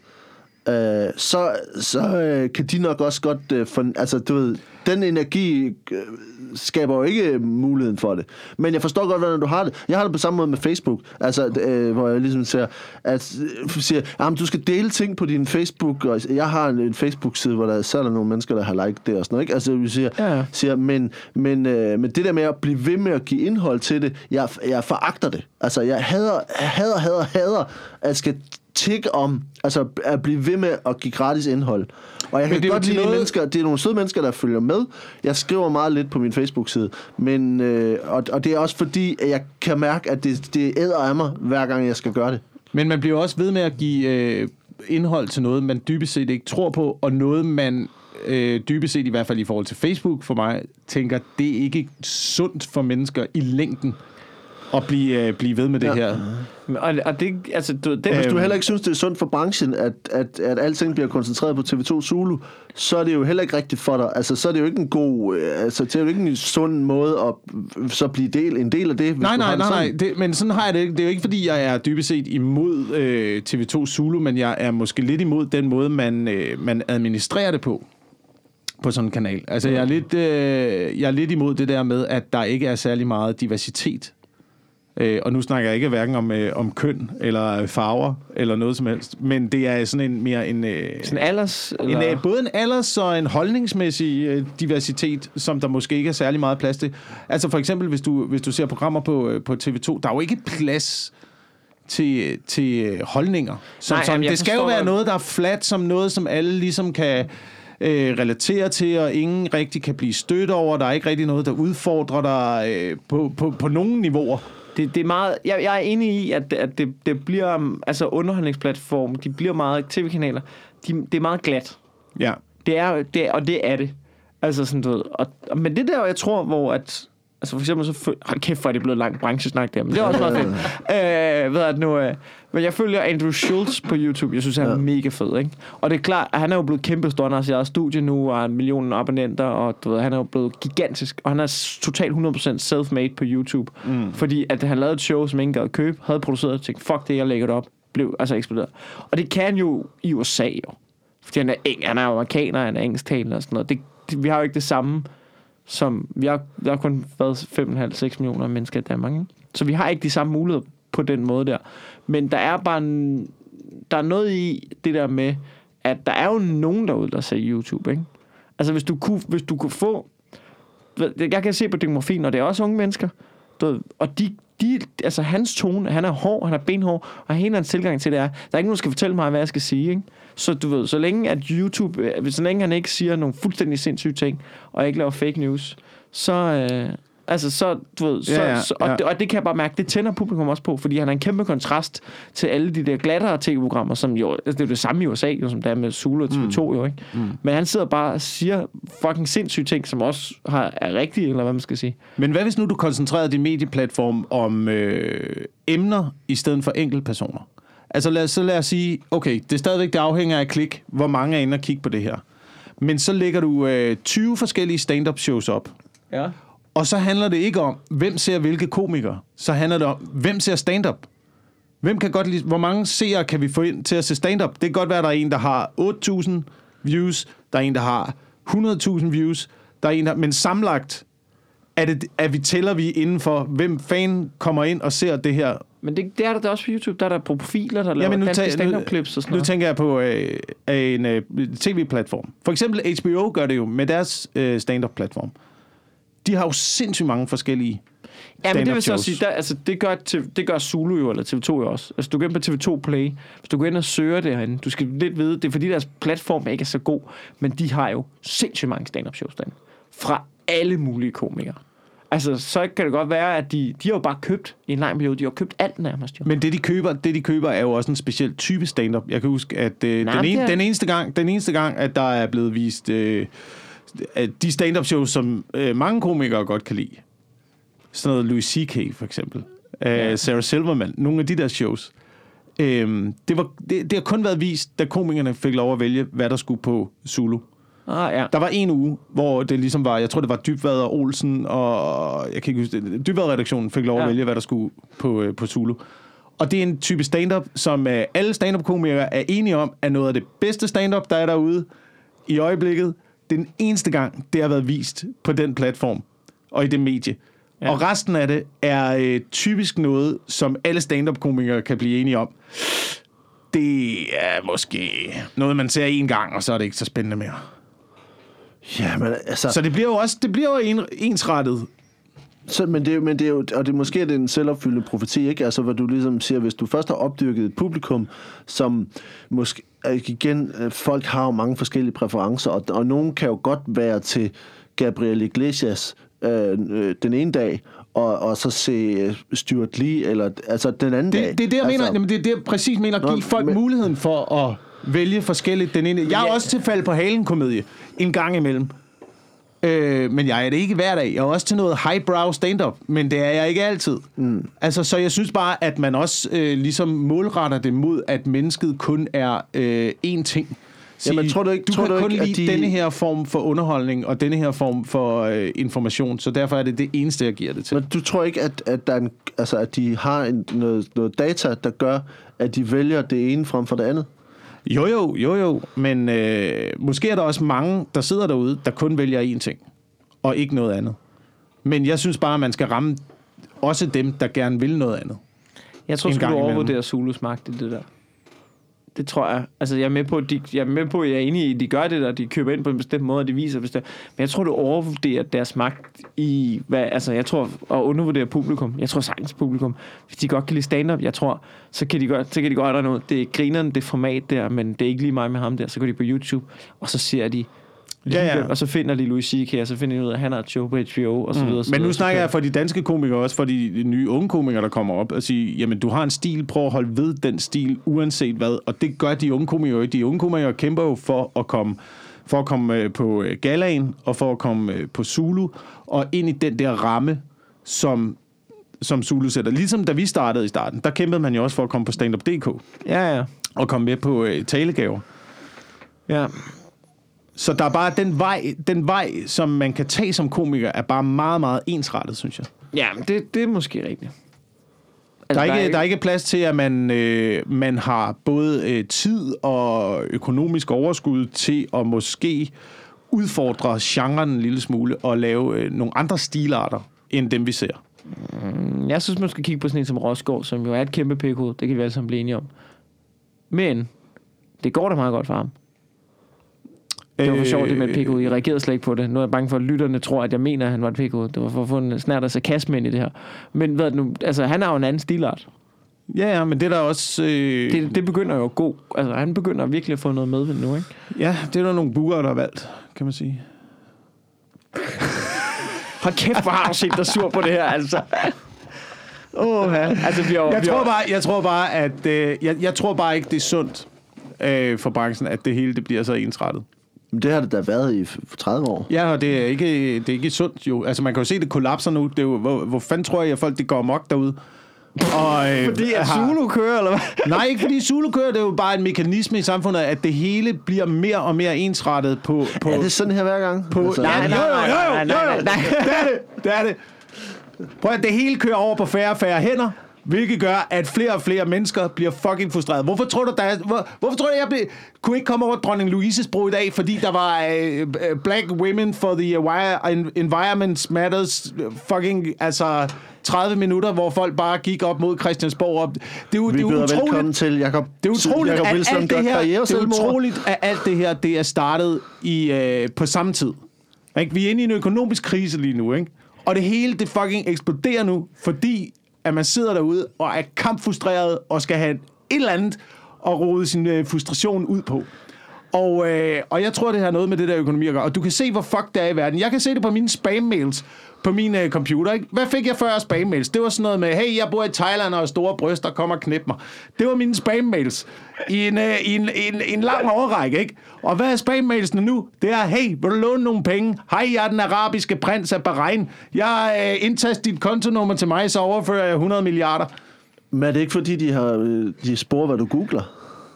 så kan de nok også godt altså du ved, den energi skaber jo ikke muligheden for det. Men jeg forstår godt, hvordan du har det. Jeg har det på samme måde med Facebook, altså hvor jeg ligesom siger, du skal dele ting på din Facebook, og jeg har en Facebook-side, hvor der er nogle mennesker, der har liket det og sådan noget, ikke? Altså vi siger, men det der med at blive ved med at give indhold til det, jeg foragter det. Altså jeg hader at skal tikke om, altså at blive ved med at give gratis indhold. Og jeg kan godt lide mennesker, det er nogle søde mennesker, der følger med. Jeg skriver meget lidt på min Facebook-side, men og det er også fordi, at jeg kan mærke, at det æder af mig, hver gang jeg skal gøre det. Men man bliver også ved med at give indhold til noget, man dybest set ikke tror på, og noget, man dybest set, i hvert fald i forhold til Facebook for mig, tænker, det er ikke sundt for mennesker i længden at blive ved med det her. Og det, altså, hvis du heller ikke synes, det er sundt for branchen, at alting bliver koncentreret på TV2 Zulu, så er det jo heller ikke rigtigt for dig. Altså, så er det jo ikke en god, altså, det er jo ikke en sund måde at så blive en del af det. Nej. Men sådan har jeg det ikke. Det er jo ikke, fordi jeg er dybest set imod TV2 Zulu, men jeg er måske lidt imod den måde, man administrerer det på sådan en kanal. Altså, jeg er lidt imod det der med, at der ikke er særlig meget diversitet. Og nu snakker jeg ikke hverken om køn eller farver eller noget som helst, men det er sådan en mere en sådan alders, både en alders og en holdningsmæssig diversitet, som der måske ikke er særlig meget plads til. Altså for eksempel hvis du ser programmer på TV2, der er jo ikke plads til holdninger. Det skal jo være noget, der er fladt, som noget, som alle ligesom kan relatere til, og ingen rigtig kan blive stødt over. Der er ikke rigtig noget, der udfordrer dig på nogle niveauer. Det er meget, jeg er enig i, at det bliver, altså underholdningsplatform, de bliver meget, tv-kanaler, det er meget glat. Ja. Det er det. Altså sådan noget. Men det der, jeg tror, hvor at, altså for eksempel så kæft, hvor er det blevet langt branchesnak der, men det er også meget fedt. Men jeg følger Andrew Schulz på YouTube. Jeg synes, han er mega fed, ikke? Og det er klart, at han er jo blevet kæmpe stor. Han har sit studie nu, og har 1 million abonnenter, og du ved, han er jo blevet gigantisk. Og han er totalt 100% self-made på YouTube. Fordi at han lavede et show, som ingen gad at købe, havde produceret og tænkte, fuck det, jeg lægger det op. Blev altså eksploderet. Og det kan jo i USA jo. Fordi han er amerikaner, han er engelsktalende og sådan noget. Vi har jo ikke det samme som... Vi har kun været 5,5-6 millioner mennesker i Danmark, ikke? Så vi har ikke de samme muligheder på den måde der. Men der er bare der er noget i det der med, at der er jo nogen derude, der ser YouTube, ikke? Altså hvis du kunne få... Jeg kan se på demografien, og det er også unge mennesker, og altså hans tone, han er hård, han er benhård, og hele hans tilgang til det er, der er ikke nogen, der skal fortælle mig, hvad jeg skal sige, ikke? Så du ved, så længe at YouTube, så længe han ikke siger nogle fuldstændig sindssyge ting, og ikke laver fake news, så, du ved, og det kan jeg bare mærke, det tænder publikum også på, fordi han er en kæmpe kontrast til alle de der glattere tv-programmer, som jo, altså det er jo det samme i USA, jo, som der er med Zulu og TV2, jo, ikke? Men han sidder bare og siger fucking sindssyge ting, som også er rigtige, eller hvad man skal sige. Men hvad hvis nu du koncentrerede din medieplatform om emner, i stedet for enkeltpersoner? Altså lad os sige, okay, det er stadigvæk, det afhænger af klik, hvor mange er inde og kigge på det her. Men så lægger du 20 forskellige stand-up shows op. Ja. Og så handler det ikke om, hvem ser hvilke komikere. Så handler det om, hvem ser stand-up. Hvem kan godt lide, hvor mange seere kan vi få ind til at se stand-up? Det kan godt være, at der er en, der har 8.000 views. Der er en, der har 100.000 views. Der er en, der... Men sammenlagt tæller vi inden for, hvem fan kommer ind og ser det her. Men det er der også på YouTube. Der er der profiler, der laver danske stand-up-clips og sådan noget. Nu tænker jeg på en tv-platform. For eksempel HBO gør det jo med deres stand-up-platform. De har jo sindssygt mange forskellige ja, men det vil så sige, det gør Zulu jo, eller TV2 jo også. Altså, du går ind på TV2 Play, hvis du går ind og søger det herinde, du skal lidt vide, det er fordi deres platform ikke er så god, men de har jo sindssygt mange stand-up shows derinde. Fra alle mulige komikere. Altså, så kan det godt være, at de har jo bare købt i en lang periode, de har købt alt nærmest jo. Men det de køber er jo også en speciel type stand-up. Jeg kan huske, at den eneste gang, at der er blevet vist de stand-up shows, som mange komikere godt kan lide. Sådan noget Louis C.K. for eksempel. Sarah Silverman. Nogle af de der shows. Det har kun været vist, da komikerne fik lov at vælge, hvad der skulle på Zulu. Ja. Der var en uge, hvor det ligesom var, jeg tror det var Dybvad og Olsen, og jeg kan ikke huske det, Dybvad-redaktionen fik lov at vælge, hvad der skulle på Zulu. Og det er en type stand-up, som alle stand-up-komikere er enige om, er noget af det bedste stand-up, der er derude i øjeblikket. Den eneste gang, det har været vist på den platform og i det medie. Ja. Og resten af det er typisk noget, som alle stand-up-komikere kan blive enige om. Det er måske noget, man ser en gang, og så er det ikke så spændende mere. Ja, men altså... Så det bliver jo ensrettet. Men det er jo, og det måske er det en selvopfyldende profeti, ikke? Altså, hvor du ligesom siger, hvis du først har opdyrket et publikum, som måske, igen, folk har jo mange forskellige præferencer, og nogen kan jo godt være til Gabriel Iglesias den ene dag, og så se Stuart Lee, eller altså den anden dag. Det er det, jeg mener. Jamen, det er det, jeg præcis mener, at give folk muligheden for at vælge forskelligt den ene. Jeg er også til fald på halen-komedie en gang imellem. Men jeg er det ikke hver dag. Jeg er også til noget highbrow stand-up, men det er jeg ikke altid. Altså, så jeg synes bare, at man også ligesom målretter det mod, at mennesket kun er én ting. Jamen, tror du ikke, kan kun lide denne her form for underholdning og denne her form for information, så derfor er det det eneste, jeg giver det til. Men du tror ikke, at der er at de har noget data, der gør, at de vælger det ene frem for det andet? Jo, men måske er der også mange, der sidder derude, der kun vælger én ting, og ikke noget andet. Men jeg synes bare, at man skal ramme også dem, der gerne vil noget andet. Jeg tror, du overvurderer Zulus magt i det der. Det tror jeg. Altså, jeg er med på, jeg er enig i, de gør det der, de køber ind på en bestemt måde, og de viser bestemt. Men jeg tror, du overvurderer deres magt i, jeg tror, at undervurdere publikum. Jeg tror sagtens publikum. Hvis de godt kan lide stand-up, jeg tror, så kan de godt noget. Det er grineren, det format der, men det er ikke lige mig med ham der. Så går de på YouTube, og så ser de, og så finder de Louis C.K., og så finder de ud af, at han har et show på HBO, og så videre. Men nu snakker jeg for de danske komikere, også for de nye unge komikere, der kommer op, og sige, jamen, du har en stil, prøv at holde ved den stil, uanset hvad, og det gør de unge komikere ikke. De unge komikere kæmper jo for at komme på galaen, og for at komme på Zulu, og ind i den der ramme, som Zulu sætter. Ligesom da vi startede i starten, der kæmpede man jo også for at komme på standup.dk. Ja. Og komme med på talegaver. Ja. Så der er bare den vej, som man kan tage som komiker, er bare meget, meget ensrettet, synes jeg. Ja, men det er måske rigtigt. Altså, der er ikke plads til, at man har både tid og økonomisk overskud til at måske udfordre genren en lille smule og lave nogle andre stilarter, end dem vi ser. Jeg synes, man skal kigge på sådan en som Rosgaard, som jo er et kæmpe pækhoved. Det kan vi alle sammen blive enige om. Men det går da meget godt for ham. Det var for sjovt, det med et pikhoved. Jeg reagerede slet ikke på det. Nu er jeg bange for, at lytterne tror, at jeg mener, at han var et pikhoved. Det var for at få en snært af sarkasme ind i det her. Men hvad nu? Altså, han har jo en anden stilart. Ja, men det er der også... Det begynder jo at gå. Altså, han begynder virkelig at få noget medvind nu, ikke? Ja, det er der nogle buer, der har valgt, kan man sige. Hold kæft, hvor har du set dig sur på det her, altså. Altså, Jeg tror bare, at... Jeg tror bare ikke, det er sundt for branchen, at det hele det bliver så ensrettet. Men det har det da været i 30 år. Ja, og det er ikke sundt jo. Altså, man kan jo se, det kollapser nu. Det er jo, hvor fanden tror jeg, at folk de går amok derude? Og, fordi at Zulu kører, eller hvad? Nej, ikke fordi Zulu kører. Det er jo bare en mekanisme i samfundet, at det hele bliver mere og mere ensrettet på... Er det sådan her hver gang? Altså, nej. Det er det. Prøv at det hele kører over på færre og færre hænder, hvilket gør, at flere og flere mennesker bliver fucking frustreret. Hvorfor tror du, jeg kunne ikke komme over Dronning Louises bro i dag, fordi der var Black Women for the Environment Matters fucking, altså 30 minutter, hvor folk bare gik op mod Christiansborg. Det er utroligt. Velkommen til Jakob. Det er utroligt, at alt det her, det er startet på samme tid. Ikke? Vi er inde i en økonomisk krise lige nu, ikke? Og det hele, det fucking eksploderer nu, fordi at man sidder derude og er kampfrustreret og skal have et eller andet at rode sin frustration ud på. Og jeg tror, det har noget med det der økonomi at gøre. Og du kan se, hvor fuck det er i verden. Jeg kan se det på mine spam-mails på min computer. Ikke? Hvad fik jeg før af spam-mails? Det var sådan noget med, hey, jeg bor i Thailand og har store bryster, kom og knip mig. Det var mine spam-mails i en lang overrække, ikke? Og hvad er spam-mailsene nu? Det er, hey, vil du låne nogle penge? Hej, jeg er den arabiske prins af Bahrain. Jeg indtast dit kontonummer til mig, så overfører jeg 100 milliarder. Men er det ikke, fordi de sporer, hvad du googler?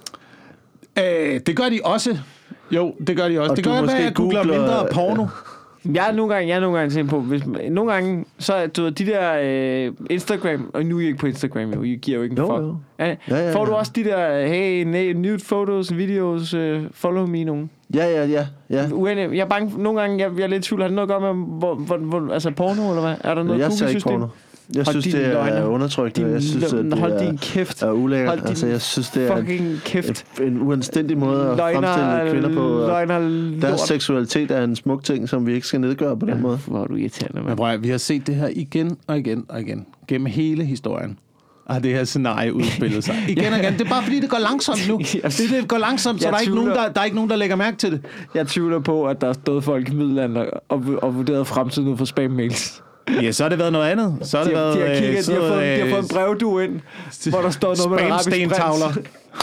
Det gør de også. Jo, det gør de også. Og det gør jeg, at jeg googler mindre porno. Jeg er nogle gange tænkt på, nogle gange, så du ved, de der Instagram, og nu er I ikke på Instagram, jo, I giver jo ikke en fuck. Ja. Får du også de der, hey, nude photos, videos, follow me nogen? Ja. Jeg er bange, nogle gange, jeg er lidt tvivl, har det noget at gøre med, hvor altså porno, eller hvad? Er der noget Google-system? Jeg synes, det er undertrykkende. Jeg synes, at hold din kæft. Er ulækkert. Altså, jeg synes, det er en uanstændig måde at fremstille kvinder på. Deres seksualitet er en smuk ting, som vi ikke skal nedgøre på den måde. Hvor er du irriterende, men prøv, vi har set det her igen og igen og igen. Gennem hele historien. Og det her scenarie udspillet sig. Igen og igen. Det er bare fordi, det går langsomt nu. Det går langsomt, så der er ikke nogen, der lægger mærke til det. Jeg tvivler på, at der er stået folk i middelalder og vurderet fremtiden ud for spam-mails. Ja, så har det været noget andet. Så har de har fået en brevdue ind, hvor der står noget med spam-stentavler.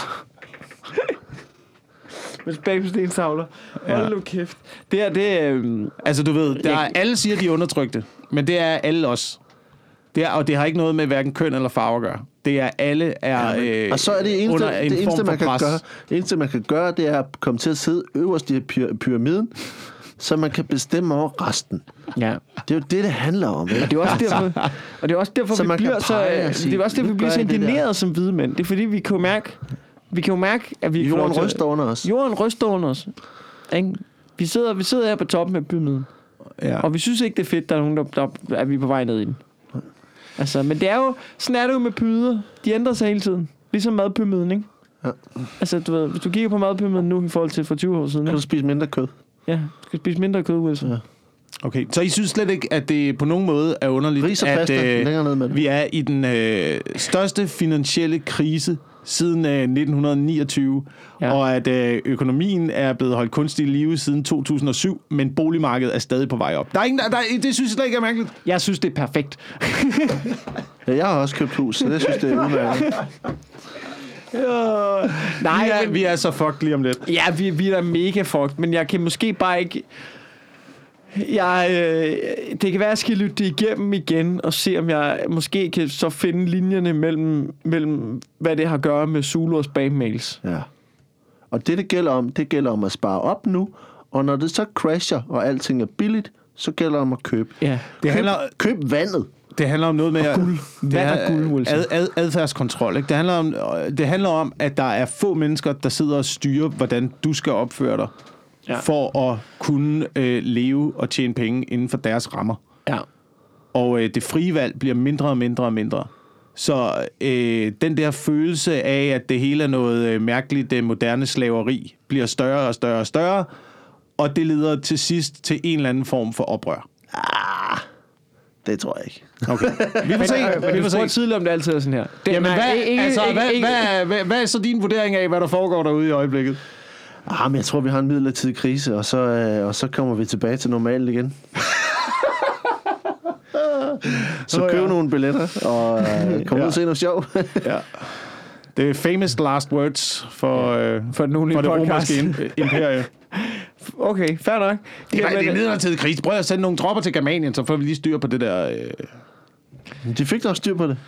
Med spam-stentavler. Hold nu kæft. Altså, du ved, alle siger, de er undertrykte, men det er alle også. Og det har ikke noget med hverken køn eller farve at gøre. Det er alle og så er det eneste man kan gøre, det er at komme til at sidde øverst i pyramiden, så man kan bestemme over resten. Ja. Det er jo det handler om. Ikke? Og det er også derfor, vi bliver så indigneret som hvide mænd. Det er fordi, vi kan jo mærke, at vi jorden ryster under os. Jorden ryster under os. Ikke? Vi sidder her på toppen af pyramiden. Ja. Og vi synes ikke, det er fedt, der er nogen, der er vi på vej ned i den. Altså, men det er jo, sådan er det jo med pyder. De ændrer sig hele tiden. Ligesom madpyramiden, ikke? Ja. Altså, du ved, hvis du kigger på madpyramiden nu i forhold til for 20 år siden. Kan du spise mindre kød? Ja, du skal spise mindre kød, Wilson. Ja. Okay, så I synes slet ikke, at det på nogen måde er underligt, at vi er i den største finansielle krise siden 1929, og at økonomien er blevet holdt kunstigt i live siden 2007, men boligmarkedet er stadig på vej op. Det synes jeg slet ikke er mærkeligt. Jeg synes, det er perfekt. Ja, jeg har også købt hus, så det synes det er udmærket. Vi er så fucked lige om lidt. Ja, vi er da mega fucked, men jeg kan måske bare ikke... det kan være, at jeg skal lytte det igennem igen og se, om jeg måske kan så finde linjerne mellem hvad det har at gøre med Zulu og spam-mails. Ja. Og det gælder om at spare op nu, og når det så crasher, og alting er billigt, så gælder det om at købe. Ja. Køb vandet. Det handler om noget med guld. Adfærdskontrol. Ikke? Det handler om, at der er få mennesker, der sidder og styrer, hvordan du skal opføre dig, for at kunne leve og tjene penge inden for deres rammer. Ja. Og det frie valg bliver mindre og mindre og mindre. Så den der følelse af, at det hele er noget mærkeligt moderne slaveri, bliver større og større og større. og det leder til sidst til en eller anden form for oprør? Det tror jeg ikke. Okay. Vi får se. Vi får se tidligere, om det altid er sådan her. Jamen, hvad er så din vurdering af, hvad der foregår derude i øjeblikket? Men jeg tror, vi har en midlertidig krise, og så kommer vi tilbage til normalt igen. Så køb nogle billetter, og kom ud og se noget sjov. Ja. Det er famous last words for det romerske imperie. Okay, fair nok. Det er en midlertidig krise. Prøv at sende nogle tropper til Germanien, så får vi lige styr på det der... De fik da også styr på det.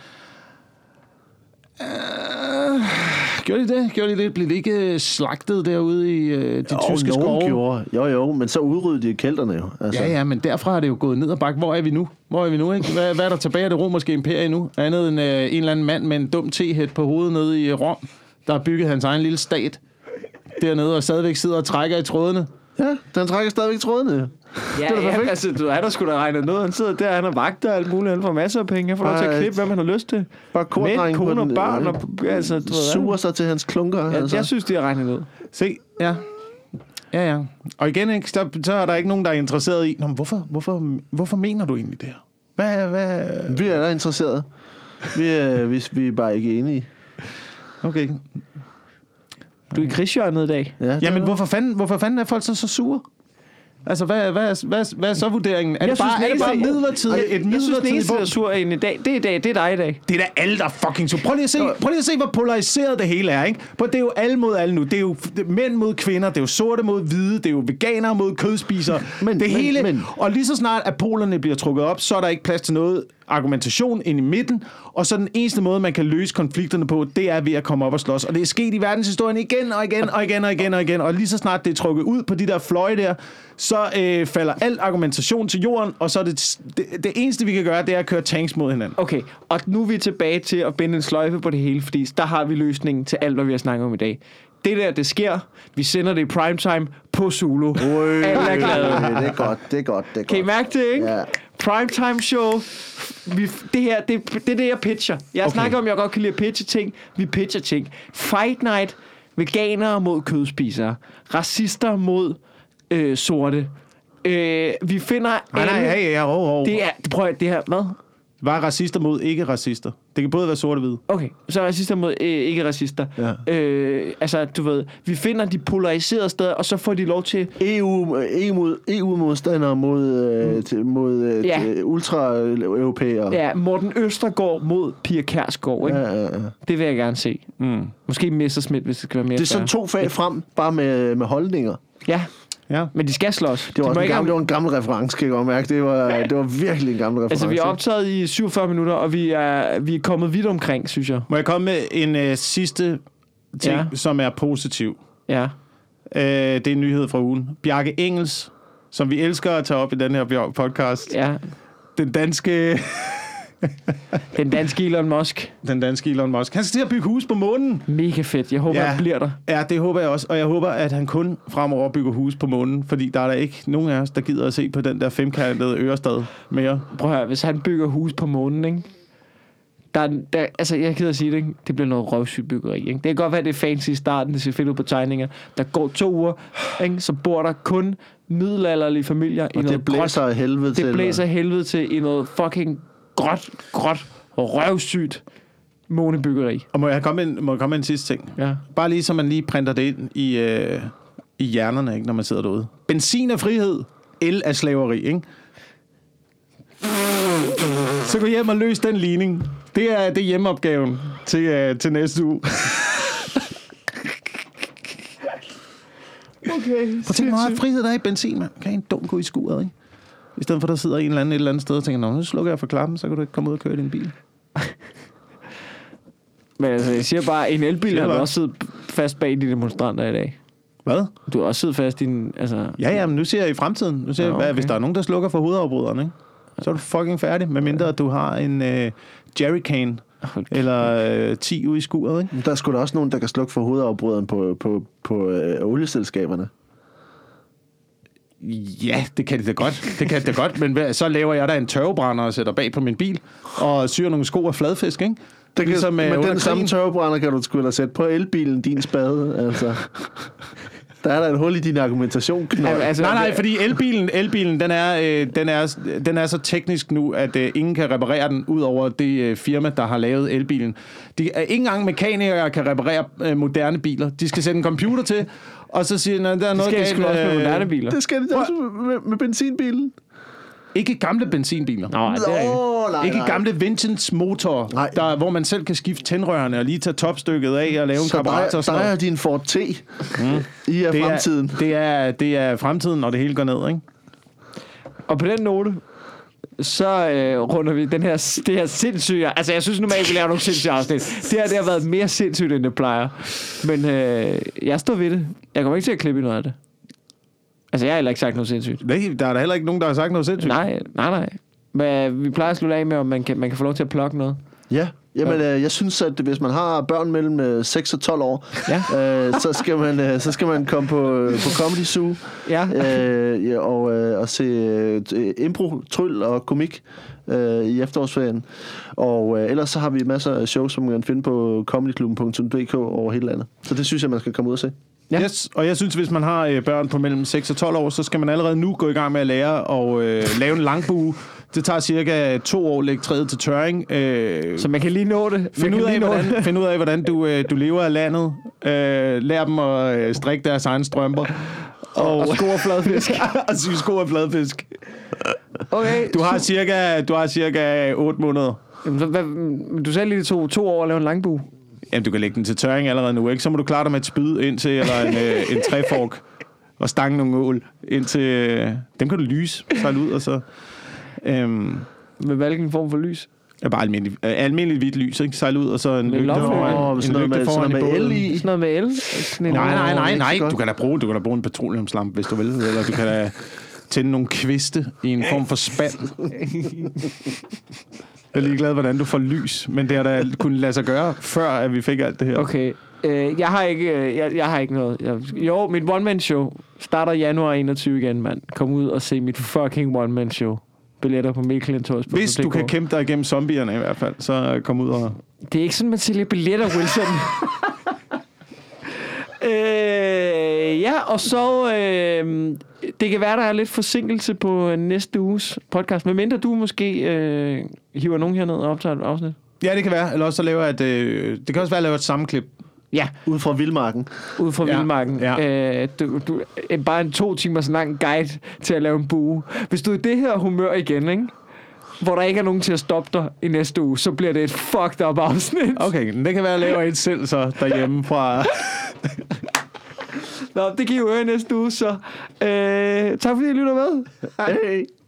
Gjorde de det? Blev det ikke slagtet derude i de tyske skove? Gjorde. Jo, men så udryddede de kelterne jo. Altså. Ja, men derfra er det jo gået ned og bakke. Hvor er vi nu? Ikke? Hvad er der tilbage af det romerske imperie nu? Andet end en eller anden mand med en dum tehæt på hovedet nede i Rom, der har bygget hans egen lille stat dernede og stadigvæk sidder og trækker i trådene. Ja, den trækker stadigvæk trådene. Ja, altså, han har sgu da regnet noget. Han sidder der, han har vagter og alt muligt. Han får masser af penge. Han får lov til at klippe, hvad man har lyst til. Bare mænd, kone og børn. Og, altså, suger sig til hans klunker. Ja, altså. Jeg synes, de har regnet ud. Se, ja. Og igen, ikke, så er der ikke nogen, der er interesseret i, hvorfor mener du egentlig det her? Hvad? Vi er da interesseret. Vi er bare ikke enige. Okay. Du er i krigshjørnet i dag. Ja, jamen, hvorfor fanden er folk så sure? Altså, hvad er så vurderingen? Er det bare midlertidigt? Jeg synes, den eneste, der er sur i dag, det er dig i dag. Det er da alle, der er fucking sur. Prøv lige at se, hvor polariseret det hele er, ikke? Det er jo alle mod alle nu. Det er jo mænd mod kvinder, det er jo sorte mod hvide, det er jo veganere mod kødspisere. Og lige så snart, at polerne bliver trukket op, så er der ikke plads til noget argumentation ind i midten, og så den eneste måde, man kan løse konflikterne på, det er ved at komme op og slås. Og det er sket i verdenshistorien igen, og lige så snart det er trukket ud på de der fløje der, så falder al argumentation til jorden, og så er det eneste, vi kan gøre, det er at køre tanks mod hinanden. Okay, og nu er vi tilbage til at binde en sløjfe på det hele, fordi der har vi løsningen til alt, hvad vi har snakket om i dag. Det der, det sker. Vi sender det i primetime på Zulu. Alle er glade. Det er godt. Kan I mærke det, ikke? Ja. Primetime show. Det er det, jeg pitcher. Jeg snakker om, jeg godt kan lide at pitche ting. Vi pitcher ting. Fight night. Veganere mod kødspisere. Racister mod sorte. Vi finder... Det her... Hvad? Var racister mod ikke-racister. Det kan både være sorte og hvide. Okay, så racister mod ikke-racister. Ja. Altså, du ved, vi finder de polariserede steder, og så får de lov til... EU-modstandere mod ultra-europæere. Ja, Morten Østergaard mod Pia Kjærsgaard, ikke? Ja. Det vil jeg gerne se. Måske Messerschmidt, hvis det skal være mere. Det er sådan to fag frem, bare med holdninger. Ja, men de skal slås. Det var en gammel reference, kan jeg godt mærke. Det var virkelig en gammel reference. Altså, vi er optaget i 47 minutter, og vi er kommet vidt omkring, synes jeg. Må jeg komme med en sidste ting, som er positiv? Ja. Det er en nyhed fra ugen. Bjarke Engels, som vi elsker at tage op i den her podcast. Ja. Den danske Elon Musk. Han skal til at bygge hus på månen. Mega fedt. Jeg håber, han bliver der. Ja, det håber jeg også. Og jeg håber, at han kun fremover bygger hus på månen. Fordi der er der ikke nogen af os, der gider at se på den der femkantede Ørestad mere. Prøv at høre, hvis han bygger hus på månen, ikke? Altså, jeg gider at sige det, ikke? Det bliver noget røvsygt byggeri, ikke? Det kan godt være, det er fancy i starten, det ser fedt ud på tegninger. Der går 2 uger, ikke? Så bor der kun middelalderlige familier i noget det blæser af helvede til. Det blæser helvede til i noget fucking gråt og røvsygt månebyggeri. Og må jeg komme med en sidste ting? Ja. Bare lige så man lige printer det ind i hjernerne, ikke, når man sidder derude. Benzin er frihed, el er slaveri, ikke? Så gå hjem og løs den ligning. Det er hjemmeopgaven til næste uge. Okay. Prøv at tænke meget frihed, der er i benzin, man. Kan en dum gå i skuret, ikke? I stedet for, der sidder en eller anden et eller andet sted og tænker, nu slukker jeg for klappen, så kan du ikke komme ud og køre i din bil. Men altså, jeg siger bare, en elbil har også siddet fast bag de demonstranter i dag. Hvad? Du har også siddet fast i en... Altså... Ja, men nu ser jeg i fremtiden. Nu ser jeg, hvis der er nogen, der slukker for hovedafbryderen, ikke? Så er du fucking færdig, medmindre at du har en jerrycan eller 10 ude i skuret, ikke? Der er sgu da også nogen, der kan slukke for hovedafbryderen på olieselskaberne. Ja, det kan det da godt. Men så laver jeg da en tørvebrænder og sætter bag på min bil og syr nogle sko af fladfisk, ikke? Det ligesom, men den samme tørvebrænder kan du sgu da sætte på elbilen, din spade, altså. Der er et hul i din argumentation, Knold. Altså, Nej, fordi elbilen den er så teknisk nu, at ingen kan reparere den, ud over det firma, der har lavet elbilen. Ikke engang mekanikere kan reparere moderne biler. De skal sætte en computer til, og så siger der er noget galt. Det skal også med moderne biler. Det skal de også med benzinbilen. Ikke gamle benzinbiler. Ikke gamle vintage motorer, hvor man selv kan skifte tændrørene og lige tage topstykket af og lave en karburator. Så der er din Ford T i fremtiden. Det er fremtiden, når det hele går ned, ikke? Og på den note, så runder vi det her sindssyge... Altså, jeg synes normalt, vi laver nogle sindssyge afsnit. Det har været mere sindssygt, end det plejer. Men jeg står ved det. Jeg kommer ikke til at klippe i noget af det. Altså, jeg har heller ikke sagt noget sindssygt. Nej, der er da heller ikke nogen, der har sagt noget sindssygt. Nej. Men vi plejer at slutte af med, om man kan få lov til at plukke noget. Ja, jamen jeg synes, at hvis man har børn mellem 6 og 12 år, så skal man komme på Comedy Zoo og se impro, tryl og komik i efterårsferien. Og ellers så har vi masser af shows, som man kan finde på comedyklubben.dk over hele landet. Så det synes jeg, man skal komme ud og se. Ja. Yes, og jeg synes, hvis man har børn på mellem 6 og 12 år, så skal man allerede nu gå i gang med at lære at lave en langbue. Det tager cirka 2 år at lægge træet til tørring. Så man kan lige nå det. Find ud af, hvordan du lever af landet. Lær dem at strikke deres egne strømper. Og sko og fladfisk. Og sy sko og fladfisk. Okay. Du har cirka 8 måneder. Jamen, så, du sagde lige, det tog 2 år at lave en langbue. Jamen, du kan lægge den til tørring allerede nu, ikke? Så må du klare dig med et spyd indtil, eller en træfork, og stange nogle ål indtil... dem kan du lyse, sejle ud, og så... Med hvilken form for lys? Ja, bare almindeligt hvidt lys, ikke? Sejle ud, og så en lygte foran i båden. Sådan noget med el? Nej. Du kan da bruge en petroleumslampe, hvis du vil. Eller du kan da tænde nogle kviste i en form for spand. Jeg er ligeglad, hvordan du får lys, men det har da kunnet lade sig gøre, før at vi fik alt det her. Okay. Jeg har ikke noget. Jo, mit one-man-show starter januar 21 igen, mand. Kom ud og se mit fucking one-man-show. Billetter på Mikkelentos. Hvis du kan kæmpe dig igennem zombierne i hvert fald, så kom ud og... Det er ikke sådan, man sælger billetter, Wilson. Ja, og så... det kan være, der er lidt forsinkelse på næste uges podcast. Medmindre du måske hiver nogen herned og optager et afsnit. Ja, det kan være. Eller også så laver det kan også være at lave et sammenklip. Ja. Ud fra Vildmarken. Ja. Bare en 2 timers lang guide til at lave en bue. Hvis du er i det her humør igen, ikke? Hvor der ikke er nogen til at stoppe dig i næste uge, så bliver det et fucked up afsnit. Okay, men det kan være, at jeg laver et selv så derhjemme fra... Nå, det kan I jo høre i næste uge, så tak fordi I lytter med. Hej.